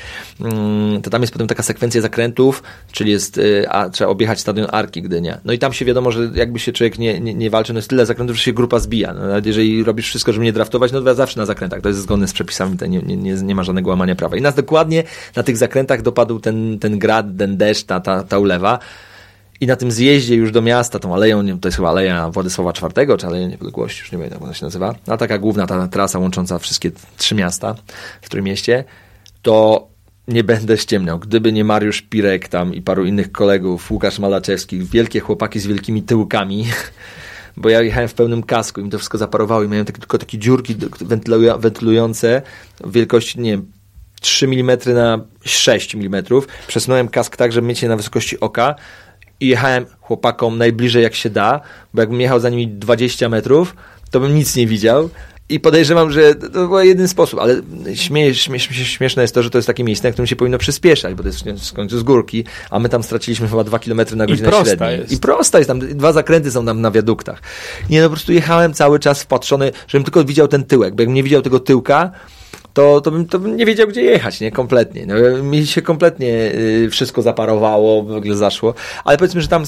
to tam jest potem taka sekwencja zakrętów, czyli trzeba objechać stadion Arki Gdynia. No i tam się wiadomo, że jakby się człowiek nie walczy, no jest tyle zakrętów, że się grupa zbija. No, nawet jeżeli robisz wszystko, żeby nie draftować, no to zawsze na zakrętach. To jest zgodne z przepisami, to nie ma żadnego łamania prawa. I nas dokładnie na tych zakrętach dopadł ten grad, ten deszcz, ta ulewa. I na tym zjeździe już do miasta, tą aleją, to jest chyba Aleja Władysława IV, czy Aleja Niepodległości, już nie wiem jak ona się nazywa, a taka główna ta trasa łącząca wszystkie 3 miasta w Trójmieście, to nie będę ściemniał. Gdyby nie Mariusz Pirek tam i paru innych kolegów, Łukasz Malaczewski, wielkie chłopaki z wielkimi tyłkami, bo ja jechałem w pełnym kasku i mi to wszystko zaparowało i miałem tylko takie dziurki wentylujące wielkości, nie wiem, 3 mm na 6 mm. Przesunąłem kask tak, żeby mieć je na wysokości oka i jechałem chłopakom najbliżej jak się da, bo jakbym jechał za nimi 20 metrów, to bym nic nie widział. I podejrzewam, że to był jeden sposób, ale śmieszne jest to, że to jest takie miejsce, na którym się powinno przyspieszać, bo to jest w końcu z górki, a my tam straciliśmy chyba 2 km na godzinę średniej. I prosta jest, tam 2 zakręty są tam na wiaduktach. Nie, no po prostu jechałem cały czas wpatrzony, żebym tylko widział ten tyłek, bo jakbym nie widział tego tyłka, to bym nie wiedział, gdzie jechać, nie? Kompletnie. No, mi się kompletnie wszystko zaparowało, w ogóle zaszło, ale powiedzmy, że tam,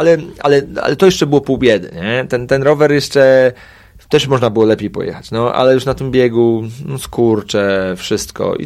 ale to jeszcze było pół biedy, nie? Ten rower jeszcze też można było lepiej pojechać, no, ale już na tym biegu, no, skurcze, wszystko.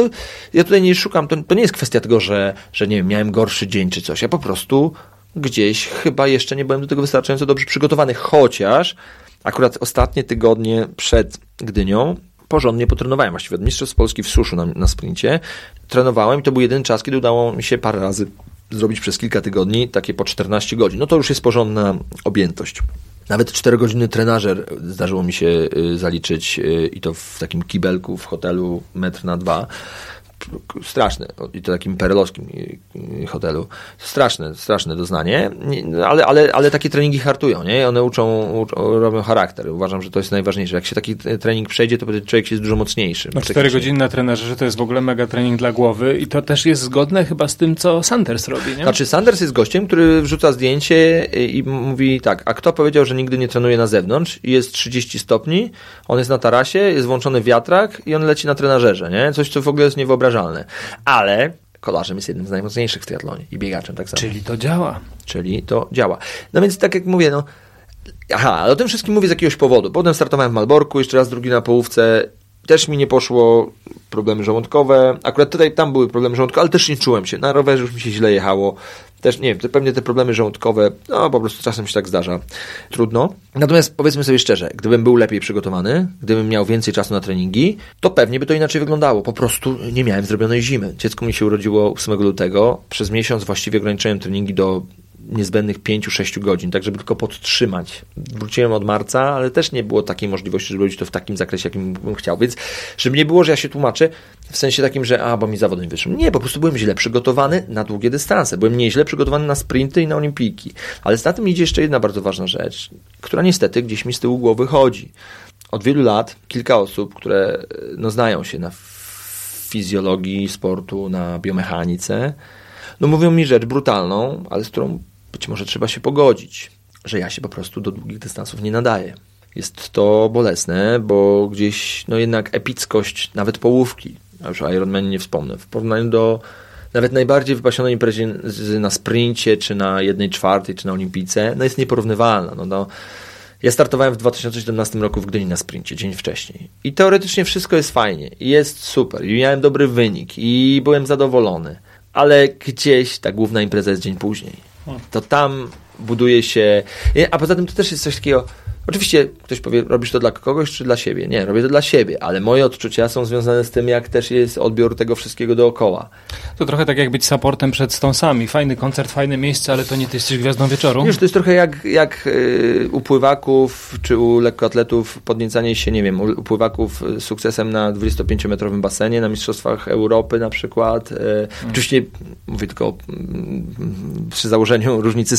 Ja tutaj nie szukam, to nie jest kwestia tego, że nie wiem, miałem gorszy dzień czy coś. Ja po prostu gdzieś chyba jeszcze nie byłem do tego wystarczająco dobrze przygotowany, chociaż akurat ostatnie tygodnie przed Gdynią porządnie potrenowałem, właściwie od Mistrzostw Polski w suszu na sprincie. Trenowałem i to był jeden czas, kiedy udało mi się parę razy zrobić przez kilka tygodni takie po 14 godzin. No to już jest porządna objętość. Nawet 4-godzinny trenażer zdarzyło mi się zaliczyć i to w takim kibelku w hotelu 1,2 m. Straszne. I to takim perelowskim hotelu. Straszne doznanie. Ale takie treningi hartują, nie? One robią charakter. Uważam, że to jest najważniejsze. Jak się taki trening przejdzie, to człowiek jest dużo mocniejszy. No 4 godziny na trenerze to jest w ogóle mega trening dla głowy i to też jest zgodne chyba z tym, co Sanders robi, nie? Znaczy Sanders jest gościem, który wrzuca zdjęcie i mówi tak, a kto powiedział, że nigdy nie trenuje na zewnątrz? Jest 30 stopni, on jest na tarasie, jest włączony wiatrak i on leci na trenażerze, nie? Coś, co w ogóle jest niewyobrażalne. Ale kolarzem jest jednym z najmocniejszych w triatlonie i biegaczem tak samo. Czyli to działa. No więc tak jak mówię, ale o tym wszystkim mówię z jakiegoś powodu. Potem startowałem w Malborku, jeszcze raz drugi na połówce. Też mi nie poszło, problemy żołądkowe. Akurat tam były problemy żołądkowe, ale też nie czułem się. Na rowerze już mi się źle jechało. Też, nie wiem, pewnie te problemy żołądkowe, no po prostu czasem się tak zdarza. Trudno. Natomiast powiedzmy sobie szczerze, gdybym był lepiej przygotowany, gdybym miał więcej czasu na treningi, to pewnie by to inaczej wyglądało. Po prostu nie miałem zrobionej zimy. Dziecko mi się urodziło 8 lutego. Przez miesiąc właściwie ograniczyłem treningi do niezbędnych 5-6 godzin, tak żeby tylko podtrzymać. Wróciłem od marca, ale też nie było takiej możliwości, żeby robić to w takim zakresie, jakim bym chciał. Więc żeby nie było, że ja się tłumaczę w sensie takim, że bo mi zawody nie wyszły. Nie, po prostu byłem źle przygotowany na długie dystanse. Byłem nieźle przygotowany na sprinty i na olimpijki. Ale za tym idzie jeszcze jedna bardzo ważna rzecz, która niestety gdzieś mi z tyłu głowy chodzi. Od wielu lat kilka osób, które znają się na fizjologii sportu, na biomechanice, mówią mi rzecz brutalną, ale z którą być może trzeba się pogodzić, że ja się po prostu do długich dystansów nie nadaję. Jest to bolesne, bo gdzieś jednak epickość, nawet połówki, a już o Ironmanie nie wspomnę, w porównaniu do nawet najbardziej wypasionej imprezie na sprincie, czy na 1/4, czy na olimpijce, jest nieporównywalna. Ja startowałem w 2017 roku w Gdyni na sprincie, dzień wcześniej. I teoretycznie wszystko jest fajnie, i jest super, i miałem dobry wynik, i byłem zadowolony. Ale gdzieś ta główna impreza jest dzień później. To tam buduje się... A poza tym to też jest coś takiego... Oczywiście ktoś powie, robisz to dla kogoś czy dla siebie? Nie, robię to dla siebie, ale moje odczucia są związane z tym, jak też jest odbiór tego wszystkiego dookoła. To trochę tak jak być supportem przed Stonesami. Fajny koncert, fajne miejsce, ale to nie ty jesteś gwiazdą wieczoru. Wiesz, to jest trochę jak u pływaków czy u lekkoatletów podniecanie się, nie wiem, u pływaków sukcesem na 25-metrowym basenie, na Mistrzostwach Europy na przykład. Oczywiście mówię tylko przy założeniu różnicy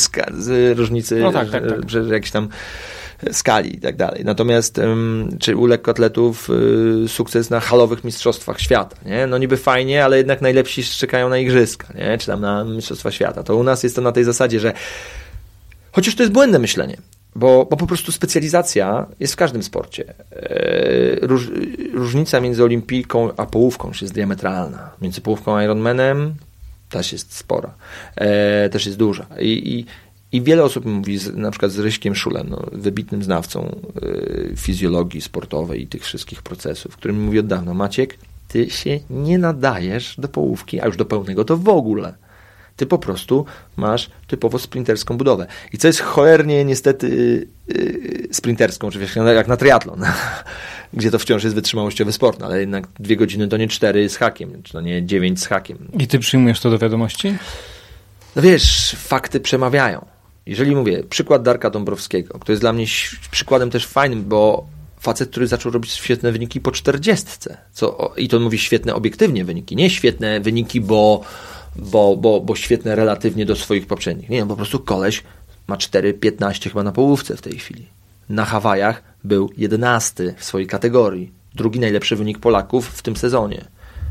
że jakieś tam skali i tak dalej. Natomiast czy u lekkoatletów sukces na halowych mistrzostwach świata, nie? Niby fajnie, ale jednak najlepsi czekają na igrzyska, nie? Czy tam na mistrzostwa świata. To u nas jest to na tej zasadzie, że chociaż to jest błędne myślenie, bo po prostu specjalizacja jest w każdym sporcie. Różnica między olimpijką a połówką jest diametralna. Między połówką a Ironmanem też jest spora. Też jest duża. I wiele osób mówi, na przykład z Ryśkiem Szulem, wybitnym znawcą fizjologii sportowej i tych wszystkich procesów, który mi mówi od dawna: Maciek, ty się nie nadajesz do połówki, a już do pełnego to w ogóle. Ty po prostu masz typowo sprinterską budowę. I co jest cholernie niestety sprinterską, oczywiście jak na triatlon, gdzie to wciąż jest wytrzymałościowy sport, ale jednak 2 godziny to nie 4 z hakiem, czy to nie 9 z hakiem. I ty przyjmujesz to do wiadomości? Wiesz, fakty przemawiają. Jeżeli mówię, przykład Darka Dąbrowskiego, który jest dla mnie przykładem też fajnym, bo facet, który zaczął robić świetne wyniki po 40. I to mówi świetne obiektywnie wyniki, nie świetne wyniki, bo świetne relatywnie do swoich poprzednich. Nie, po prostu koleś ma 4,15 chyba na połówce w tej chwili. Na Hawajach był 11 w swojej kategorii. Drugi najlepszy wynik Polaków w tym sezonie.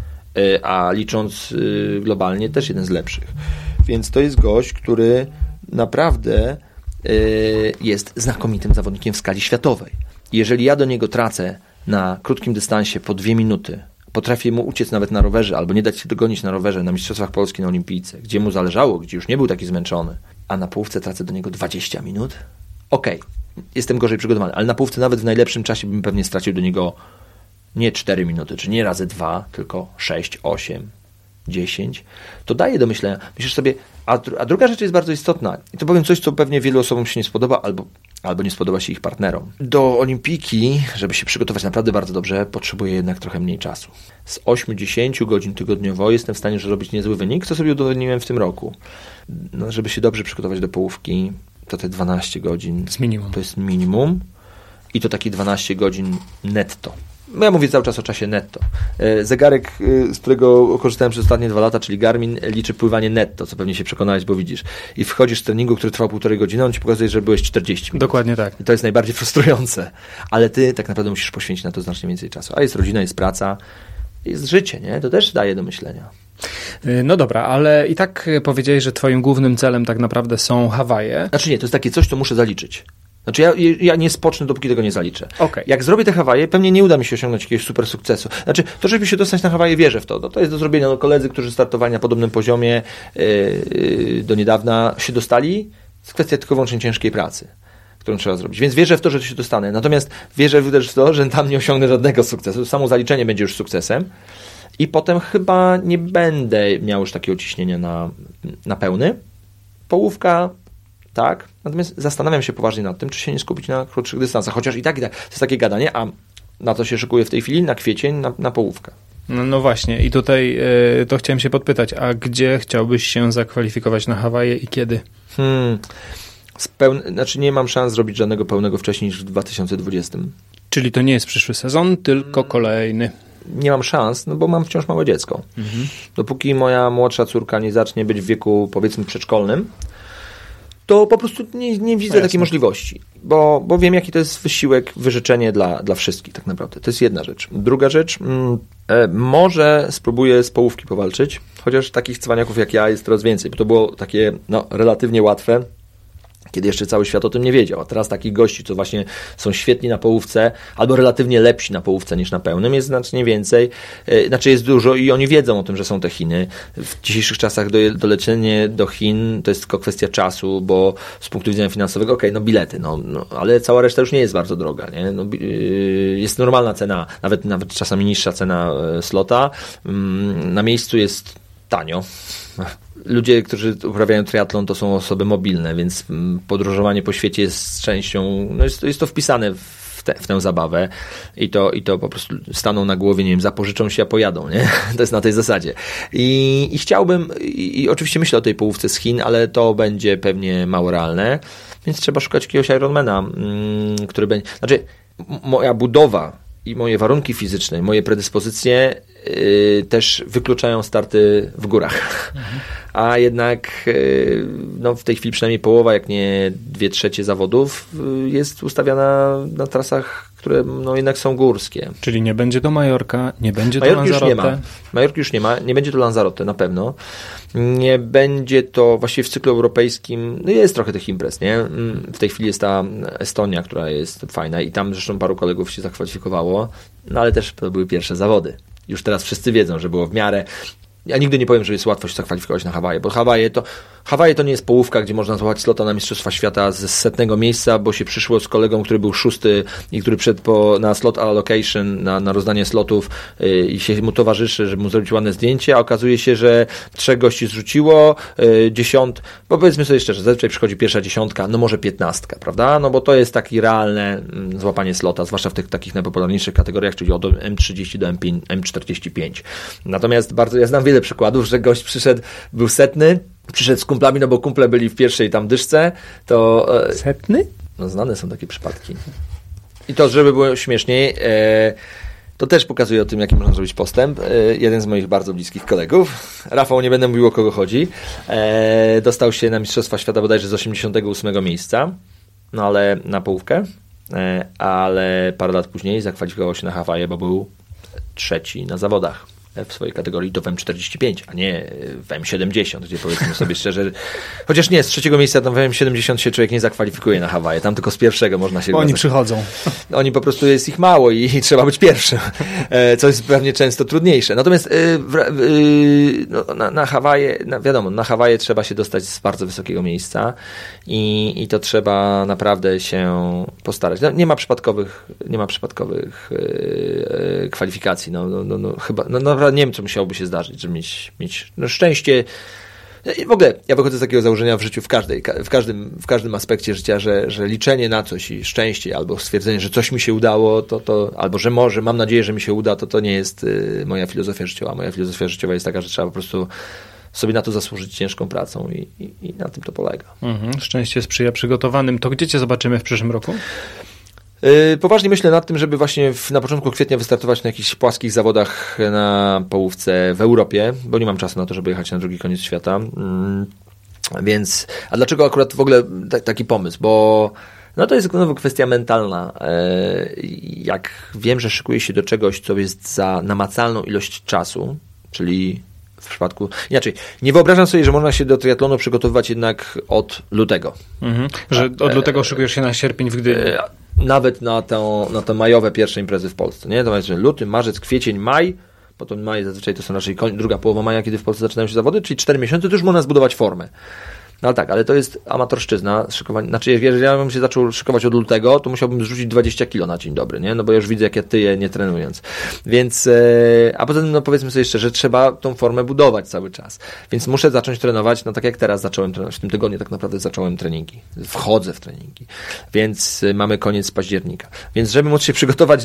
A licząc globalnie też jeden z lepszych. Więc to jest gość, który naprawdę jest znakomitym zawodnikiem w skali światowej. Jeżeli ja do niego tracę na krótkim dystansie po 2 minuty, potrafię mu uciec nawet na rowerze, albo nie dać się dogonić na rowerze na Mistrzostwach Polski na Olimpijce, gdzie mu zależało, gdzie już nie był taki zmęczony, a na połówce tracę do niego 20 minut, okej, jestem gorzej przygotowany, ale na połówce nawet w najlepszym czasie bym pewnie stracił do niego nie 4 minuty, czy nie razy 2, tylko 6, 8, 10, to daje do myślenia. Myślisz sobie, a druga rzecz jest bardzo istotna i to powiem coś, co pewnie wielu osobom się nie spodoba, albo nie spodoba się ich partnerom. Do olimpijki, żeby się przygotować naprawdę bardzo dobrze, potrzebuję jednak trochę mniej czasu. Z 8-10 godzin tygodniowo jestem w stanie już zrobić niezły wynik, co sobie udowodniłem w tym roku. No, żeby się dobrze przygotować do połówki, to te 12 godzin to jest minimum i to takie 12 godzin netto. Ja mówię cały czas o czasie netto. Zegarek, z którego korzystałem przez ostatnie 2 lata, czyli Garmin, liczy pływanie netto, co pewnie się przekonałeś, bo widzisz. I wchodzisz w treningu, który trwał 1,5 godziny, on ci pokazuje, że byłeś 40 minut. Dokładnie tak. I to jest najbardziej frustrujące. Ale ty tak naprawdę musisz poświęcić na to znacznie więcej czasu. A jest rodzina, jest praca, jest życie, nie? To też daje do myślenia. No dobra, ale i tak powiedziałeś, że twoim głównym celem tak naprawdę są Hawaje. Znaczy nie, to jest takie coś, co muszę zaliczyć. Znaczy ja nie spocznę, dopóki tego nie zaliczę. Okay. Jak zrobię te Hawaje, pewnie nie uda mi się osiągnąć jakiegoś super sukcesu. Znaczy, to żeby się dostać na Hawaje, wierzę w to. To jest do zrobienia. No, koledzy, którzy startowali na podobnym poziomie do niedawna się dostali. Jest kwestia tylko wyłącznie ciężkiej pracy, którą trzeba zrobić. Więc wierzę w to, że się dostanę. Natomiast wierzę też w to, że tam nie osiągnę żadnego sukcesu. Samo zaliczenie będzie już sukcesem. I potem chyba nie będę miał już takiego ciśnienia na pełny. Połówka tak, natomiast zastanawiam się poważnie nad tym, czy się nie skupić na krótszych dystansach, chociaż i tak, to jest takie gadanie, a na co się szykuję w tej chwili? Na kwiecień, na połówkę. No właśnie i tutaj to chciałem się podpytać, a gdzie chciałbyś się zakwalifikować na Hawaje i kiedy? Znaczy nie mam szans zrobić żadnego pełnego wcześniej niż w 2020. Czyli to nie jest przyszły sezon, tylko kolejny. Nie mam szans, no bo mam wciąż małe dziecko. Dopóki moja młodsza córka nie zacznie być w wieku, powiedzmy, przedszkolnym, to po prostu nie widzę takiej możliwości, bo wiem, jaki to jest wysiłek, wyrzeczenie dla wszystkich tak naprawdę. To jest jedna rzecz. Druga rzecz, może spróbuję z połówki powalczyć, chociaż takich cwaniaków jak ja jest coraz więcej, bo to było takie relatywnie łatwe, kiedy jeszcze cały świat o tym nie wiedział. A teraz takich gości, co właśnie są świetni na połówce, albo relatywnie lepsi na połówce niż na pełnym, jest znacznie więcej. Znaczy jest dużo i oni wiedzą o tym, że są te Chiny. W dzisiejszych czasach dolecienie do Chin to jest tylko kwestia czasu, bo z punktu widzenia finansowego, bilety, ale cała reszta już nie jest bardzo droga. Nie? Jest normalna cena, nawet czasami niższa cena slota. Na miejscu jest tanio. Ludzie, którzy uprawiają triatlon, to są osoby mobilne, więc podróżowanie po świecie jest częścią, jest to wpisane w tę zabawę i to po prostu staną na głowie, nie wiem, zapożyczą się, a pojadą, nie? To jest na tej zasadzie. I chciałbym, i oczywiście myślę o tej połówce z Chin, ale to będzie pewnie mało realne, więc trzeba szukać jakiegoś Ironmana, który będzie, znaczy moja budowa i moje warunki fizyczne, moje predyspozycje też wykluczają starty w górach. A jednak w tej chwili przynajmniej połowa, jak nie 2/3 zawodów jest ustawiana na trasach, które jednak są górskie. Czyli nie będzie to Majorka, nie będzie to Lanzarote. Majorki już nie ma, nie będzie to Lanzarote na pewno. Nie będzie to, właściwie w cyklu europejskim, jest trochę tych imprez, nie? W tej chwili jest ta Estonia, która jest fajna i tam zresztą paru kolegów się zakwalifikowało, ale też to były pierwsze zawody. Już teraz wszyscy wiedzą, że było w miarę. Ja nigdy nie powiem, że jest łatwo się zakwalifikować na Hawaje, bo Hawaje to nie jest połówka, gdzie można złapać slota na Mistrzostwa Świata z 100 miejsca, bo się przyszło z kolegą, który był 6 i który na slot allocation, na rozdanie slotów i się mu towarzyszy, żeby mu zrobić ładne zdjęcie, a okazuje się, że 3 gości zrzuciło, 10, bo powiedzmy sobie szczerze, zazwyczaj przychodzi pierwsza 10, może 15, prawda? Bo to jest takie realne złapanie slota, zwłaszcza w tych takich najpopularniejszych kategoriach, czyli od M30 do M45. Natomiast ja znam wiele przykładów, że gość był 100, przyszedł z kumplami, bo kumple byli w pierwszej tam dyszce, to... 100? Znane są takie przypadki. I to, żeby było śmieszniej, to też pokazuje o tym, jaki można zrobić postęp. Jeden z moich bardzo bliskich kolegów, Rafał, nie będę mówił, o kogo chodzi, dostał się na Mistrzostwa Świata bodajże z 88 miejsca, no ale na połówkę, ale parę lat później zakwalifikował się na Hawaje, bo był 3. na zawodach w swojej kategorii to w M45, a nie w M70, gdzie powiedzmy sobie szczerze, chociaż nie, z 3. miejsca tam w M70 się człowiek nie zakwalifikuje na Hawaje, tam tylko z 1. można się... Oni przychodzą. Oni po prostu, jest ich mało i trzeba być pierwszym, co jest pewnie często trudniejsze. Natomiast na Hawaje, wiadomo, na Hawaje trzeba się dostać z bardzo wysokiego miejsca i to trzeba naprawdę się postarać. No, nie ma przypadkowych kwalifikacji. Chyba nie wiem, co musiałoby się zdarzyć, żeby mieć szczęście. I w ogóle ja wychodzę z takiego założenia w życiu w każdym aspekcie życia, że liczenie na coś i szczęście, albo stwierdzenie, że coś mi się udało, albo że może, mam nadzieję, że mi się uda, to nie jest moja filozofia życiowa. Moja filozofia życiowa jest taka, że trzeba po prostu sobie na to zasłużyć ciężką pracą i na tym to polega. Szczęście sprzyja przygotowanym. To gdzie cię zobaczymy w przyszłym roku? Poważnie myślę nad tym, żeby właśnie na początku kwietnia wystartować na jakichś płaskich zawodach na połówce w Europie, bo nie mam czasu na to, żeby jechać na drugi koniec świata. Więc, a dlaczego akurat w ogóle taki pomysł? Bo to jest znowu kwestia mentalna. Jak wiem, że szykuję się do czegoś, co jest za namacalną ilość czasu, czyli w przypadku... Inaczej, nie wyobrażam sobie, że można się do triatlonu przygotowywać jednak od lutego. Że od lutego szykujesz się na sierpień w Gdyni. Nawet na te majowe pierwsze imprezy w Polsce. Nie? To znaczy luty, marzec, kwiecień, maj, potem maj zazwyczaj to są raczej druga połowa maja, kiedy w Polsce zaczynają się zawody, czyli 4 miesiące, to już można zbudować formę. No ale tak, ale to jest amatorszczyzna, szykowanie. Znaczy, jeżeli ja bym się zaczął szykować od lutego, to musiałbym zrzucić 20 kilo na dzień dobry, nie? No bo ja już widzę, jak ja tyję, nie trenując. Więc, a poza tym, powiedzmy sobie szczerze, trzeba tą formę budować cały czas. Więc muszę zacząć trenować, tak jak teraz zacząłem trenować. W tym tygodniu tak naprawdę zacząłem treningi. Wchodzę w treningi. Więc mamy koniec października. Więc żeby móc się przygotować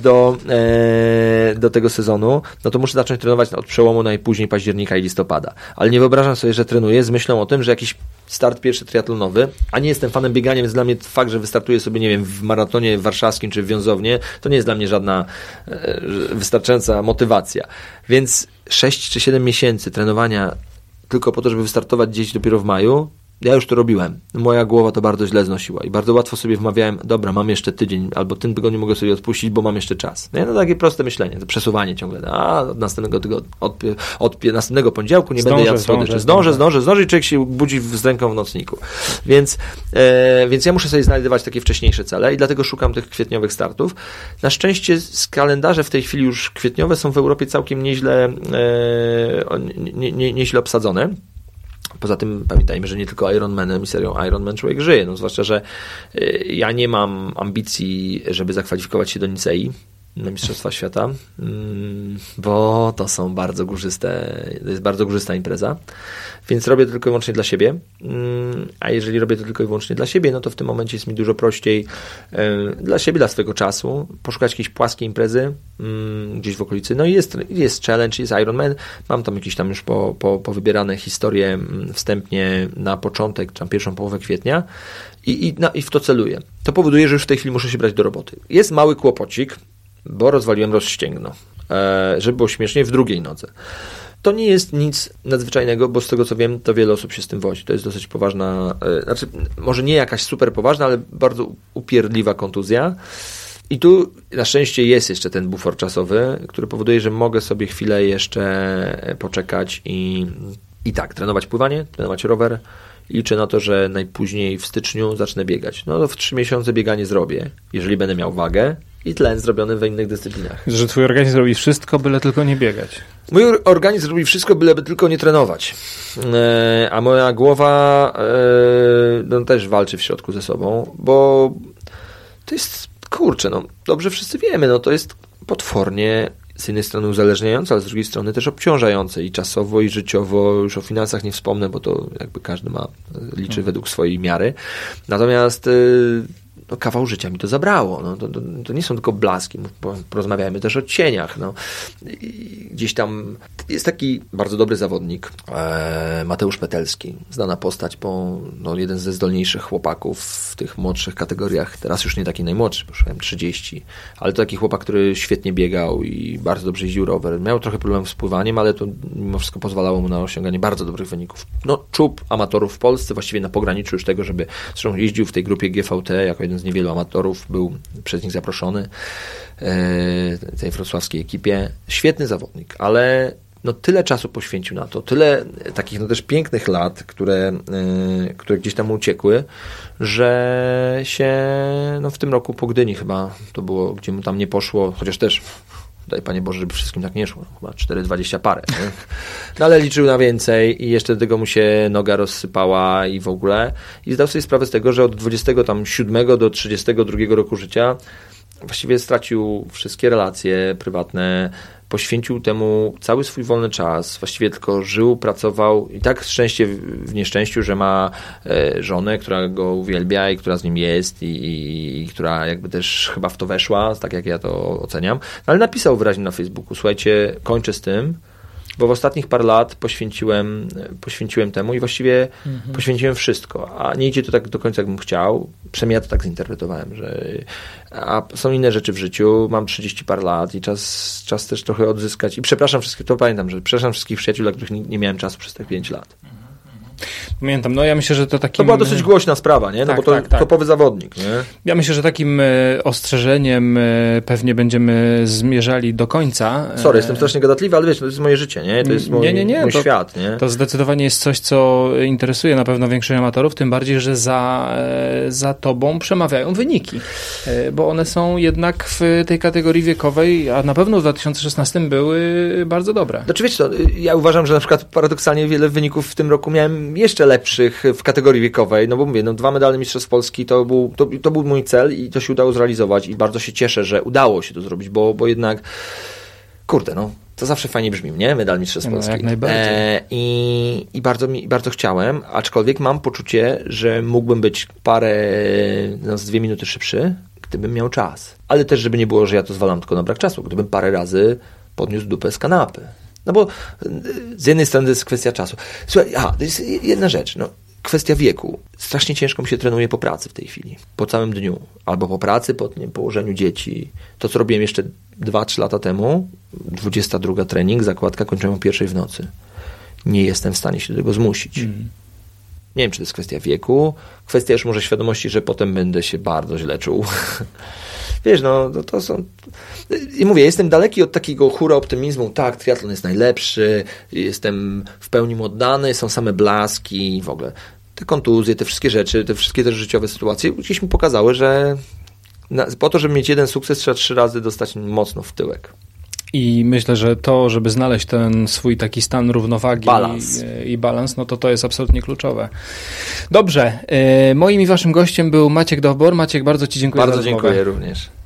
do tego sezonu, no to muszę zacząć trenować od przełomu najpóźniej października i listopada. Ale nie wyobrażam sobie, że trenuję z myślą o tym, że jakiś start pierwszy triatlonowy, a nie jestem fanem biegania, więc dla mnie fakt, że wystartuję sobie, nie wiem, w maratonie warszawskim czy w Wiązownie, to nie jest dla mnie żadna wystarczająca motywacja. Więc 6 czy 7 miesięcy trenowania tylko po to, żeby wystartować gdzieś dopiero w maju, ja już to robiłem. Moja głowa to bardzo źle znosiła i bardzo łatwo sobie wmawiałem, dobra, mam jeszcze tydzień, albo ten tygodniu mogę sobie odpuścić, bo mam jeszcze czas. No takie proste myślenie, to przesuwanie ciągle. Od następnego tygodnia, od następnego poniedziałku nie będę jadł słodyczy. Zdążę i człowiek się budzi z ręką w nocniku. Więc ja muszę sobie znajdować takie wcześniejsze cele i dlatego szukam tych kwietniowych startów. Na szczęście z kalendarze w tej chwili już kwietniowe są w Europie całkiem nieźle obsadzone. Poza tym pamiętajmy, że nie tylko Ironmanem i serią Ironman człowiek żyje. No, zwłaszcza, że ja nie mam ambicji, żeby zakwalifikować się do Nicei na Mistrzostwa Świata, bo to są to jest bardzo górzysta impreza, więc robię to tylko i wyłącznie dla siebie, a jeżeli robię to tylko i wyłącznie dla siebie, no to w tym momencie jest mi dużo prościej dla siebie, dla swojego czasu, poszukać jakiejś płaskiej imprezy gdzieś w okolicy. No i jest challenge, jest Ironman, mam tam jakieś tam już powybierane historie wstępnie na początek, czy tam pierwszą połowę kwietnia i w to celuję. To powoduje, że już w tej chwili muszę się brać do roboty. Jest mały kłopocik, bo rozwaliłem rozścięgno, żeby było śmiesznie, w drugiej nodze. To nie jest nic nadzwyczajnego, bo z tego co wiem, to wiele osób się z tym wozi. To jest dosyć poważna, znaczy może nie jakaś super poważna, ale bardzo upierdliwa kontuzja. I tu na szczęście jest jeszcze ten bufor czasowy, który powoduje, że mogę sobie chwilę jeszcze poczekać i tak, trenować pływanie, trenować rower. Liczę na to, że najpóźniej w styczniu zacznę biegać. No to w 3 miesiące bieganie zrobię, jeżeli będę miał wagę i tlen zrobiony w innych dyscyplinach. Że twój organizm robi wszystko, byle tylko nie biegać. Mój organizm robi wszystko, byleby tylko nie trenować. A moja głowa też walczy w środku ze sobą, bo to jest, dobrze wszyscy wiemy, to jest potwornie z jednej strony uzależniające, ale z drugiej strony też obciążające i czasowo, i życiowo. Już o finansach nie wspomnę, bo to jakby każdy liczy według swojej miary. Natomiast no, kawał życia mi to zabrało. No, to nie są tylko blaski, porozmawiajmy też o cieniach. No. I gdzieś tam jest taki bardzo dobry zawodnik, Mateusz Petelski, znana postać, bo no, jeden ze zdolniejszych chłopaków w tych młodszych kategoriach, teraz już nie taki najmłodszy, bo już miałem 30, ale to taki chłopak, który świetnie biegał i bardzo dobrze jeździł rower. Miał trochę problemów z pływaniem, ale to mimo wszystko pozwalało mu na osiąganie bardzo dobrych wyników. No, czub amatorów w Polsce, właściwie na pograniczu już tego, żeby zresztą jeździł w tej grupie GVT jako jeden z niewielu amatorów, był przez nich zaproszony tej wrocławskiej ekipie. Świetny zawodnik, ale no tyle czasu poświęcił na to, tyle takich no też pięknych lat, które gdzieś tam uciekły, że się no w tym roku po Gdyni chyba to było, gdzie mu tam nie poszło, chociaż też daj Panie Boże, żeby wszystkim tak nie szło. Chyba 4,20 parę. Nie? No ale liczył na więcej i jeszcze do tego mu się noga rozsypała i w ogóle. I zdał sobie sprawę z tego, że od 27 do 32 roku życia właściwie stracił wszystkie relacje prywatne, poświęcił temu cały swój wolny czas, właściwie tylko żył, pracował i tak szczęście w nieszczęściu, że ma żonę, która go uwielbia i która z nim jest i która jakby też chyba w to weszła, tak jak ja to oceniam. Ale napisał wyraźnie na Facebooku, słuchajcie, kończę z tym, bo w ostatnich parę lat poświęciłem temu i właściwie poświęciłem wszystko, a nie idzie to tak do końca, jak bym chciał. Przynajmniej ja to tak zinterpretowałem, a są inne rzeczy w życiu, mam 30 parę lat i czas też trochę odzyskać i przepraszam wszystkich, to pamiętam, że przepraszam wszystkich przyjaciół, dla których nie miałem czasu przez te 5 lat. Pamiętam, no ja myślę, że to takim... To była dosyć głośna sprawa, nie? No tak, bo to topowy zawodnik, nie? Ja myślę, że takim ostrzeżeniem pewnie będziemy zmierzali do końca. Sorry, jestem strasznie gadatliwy, ale wiesz, to jest moje życie, nie? To jest mój świat, nie? To zdecydowanie jest coś, co interesuje na pewno większość amatorów, tym bardziej, że za tobą przemawiają wyniki, bo one są jednak w tej kategorii wiekowej, a na pewno w 2016 były bardzo dobre. Znaczy wiecie co, ja uważam, że na przykład paradoksalnie wiele wyników w tym roku miałem jeszcze lepszych w kategorii wiekowej, no bo mówię, 2 medale Mistrzostw Polski to był mój cel i to się udało zrealizować i bardzo się cieszę, że udało się to zrobić, bo jednak kurde, no to zawsze fajnie brzmi, nie? Medal Mistrzostw Polski. Jak najbardziej. I bardzo chciałem, aczkolwiek mam poczucie, że mógłbym być z 2 minuty szybszy, gdybym miał czas. Ale też, żeby nie było, że ja to zwalam tylko na brak czasu, gdybym parę razy podniósł dupę z kanapy. No bo z jednej strony to jest kwestia czasu. Słuchaj, to jest jedna rzecz, kwestia wieku. Strasznie ciężko mi się trenuje po pracy w tej chwili. Po całym dniu. Albo po pracy, po położeniu dzieci. To, co robiłem jeszcze 2-3 lata temu, 22 trening, zakładka, kończyłem o 1 w nocy. Nie jestem w stanie się do tego zmusić. Nie wiem, czy to jest kwestia wieku, kwestia już może świadomości, że potem będę się bardzo źle czuł. Wiesz, to są... I mówię, jestem daleki od takiego hura optymizmu. Tak, triatlon jest najlepszy, jestem w pełni mu oddany, są same blaski w ogóle. Te kontuzje, te wszystkie rzeczy, te wszystkie też życiowe sytuacje gdzieś mi pokazały, że po to, żeby mieć jeden sukces, trzeba 3 razy dostać mocno w tyłek. I myślę, że to, żeby znaleźć ten swój taki stan równowagi i balans, no to jest absolutnie kluczowe. Dobrze, moim i waszym gościem był Maciek Dowbor. Maciek, bardzo ci dziękuję za rozmowę. Bardzo dziękuję również.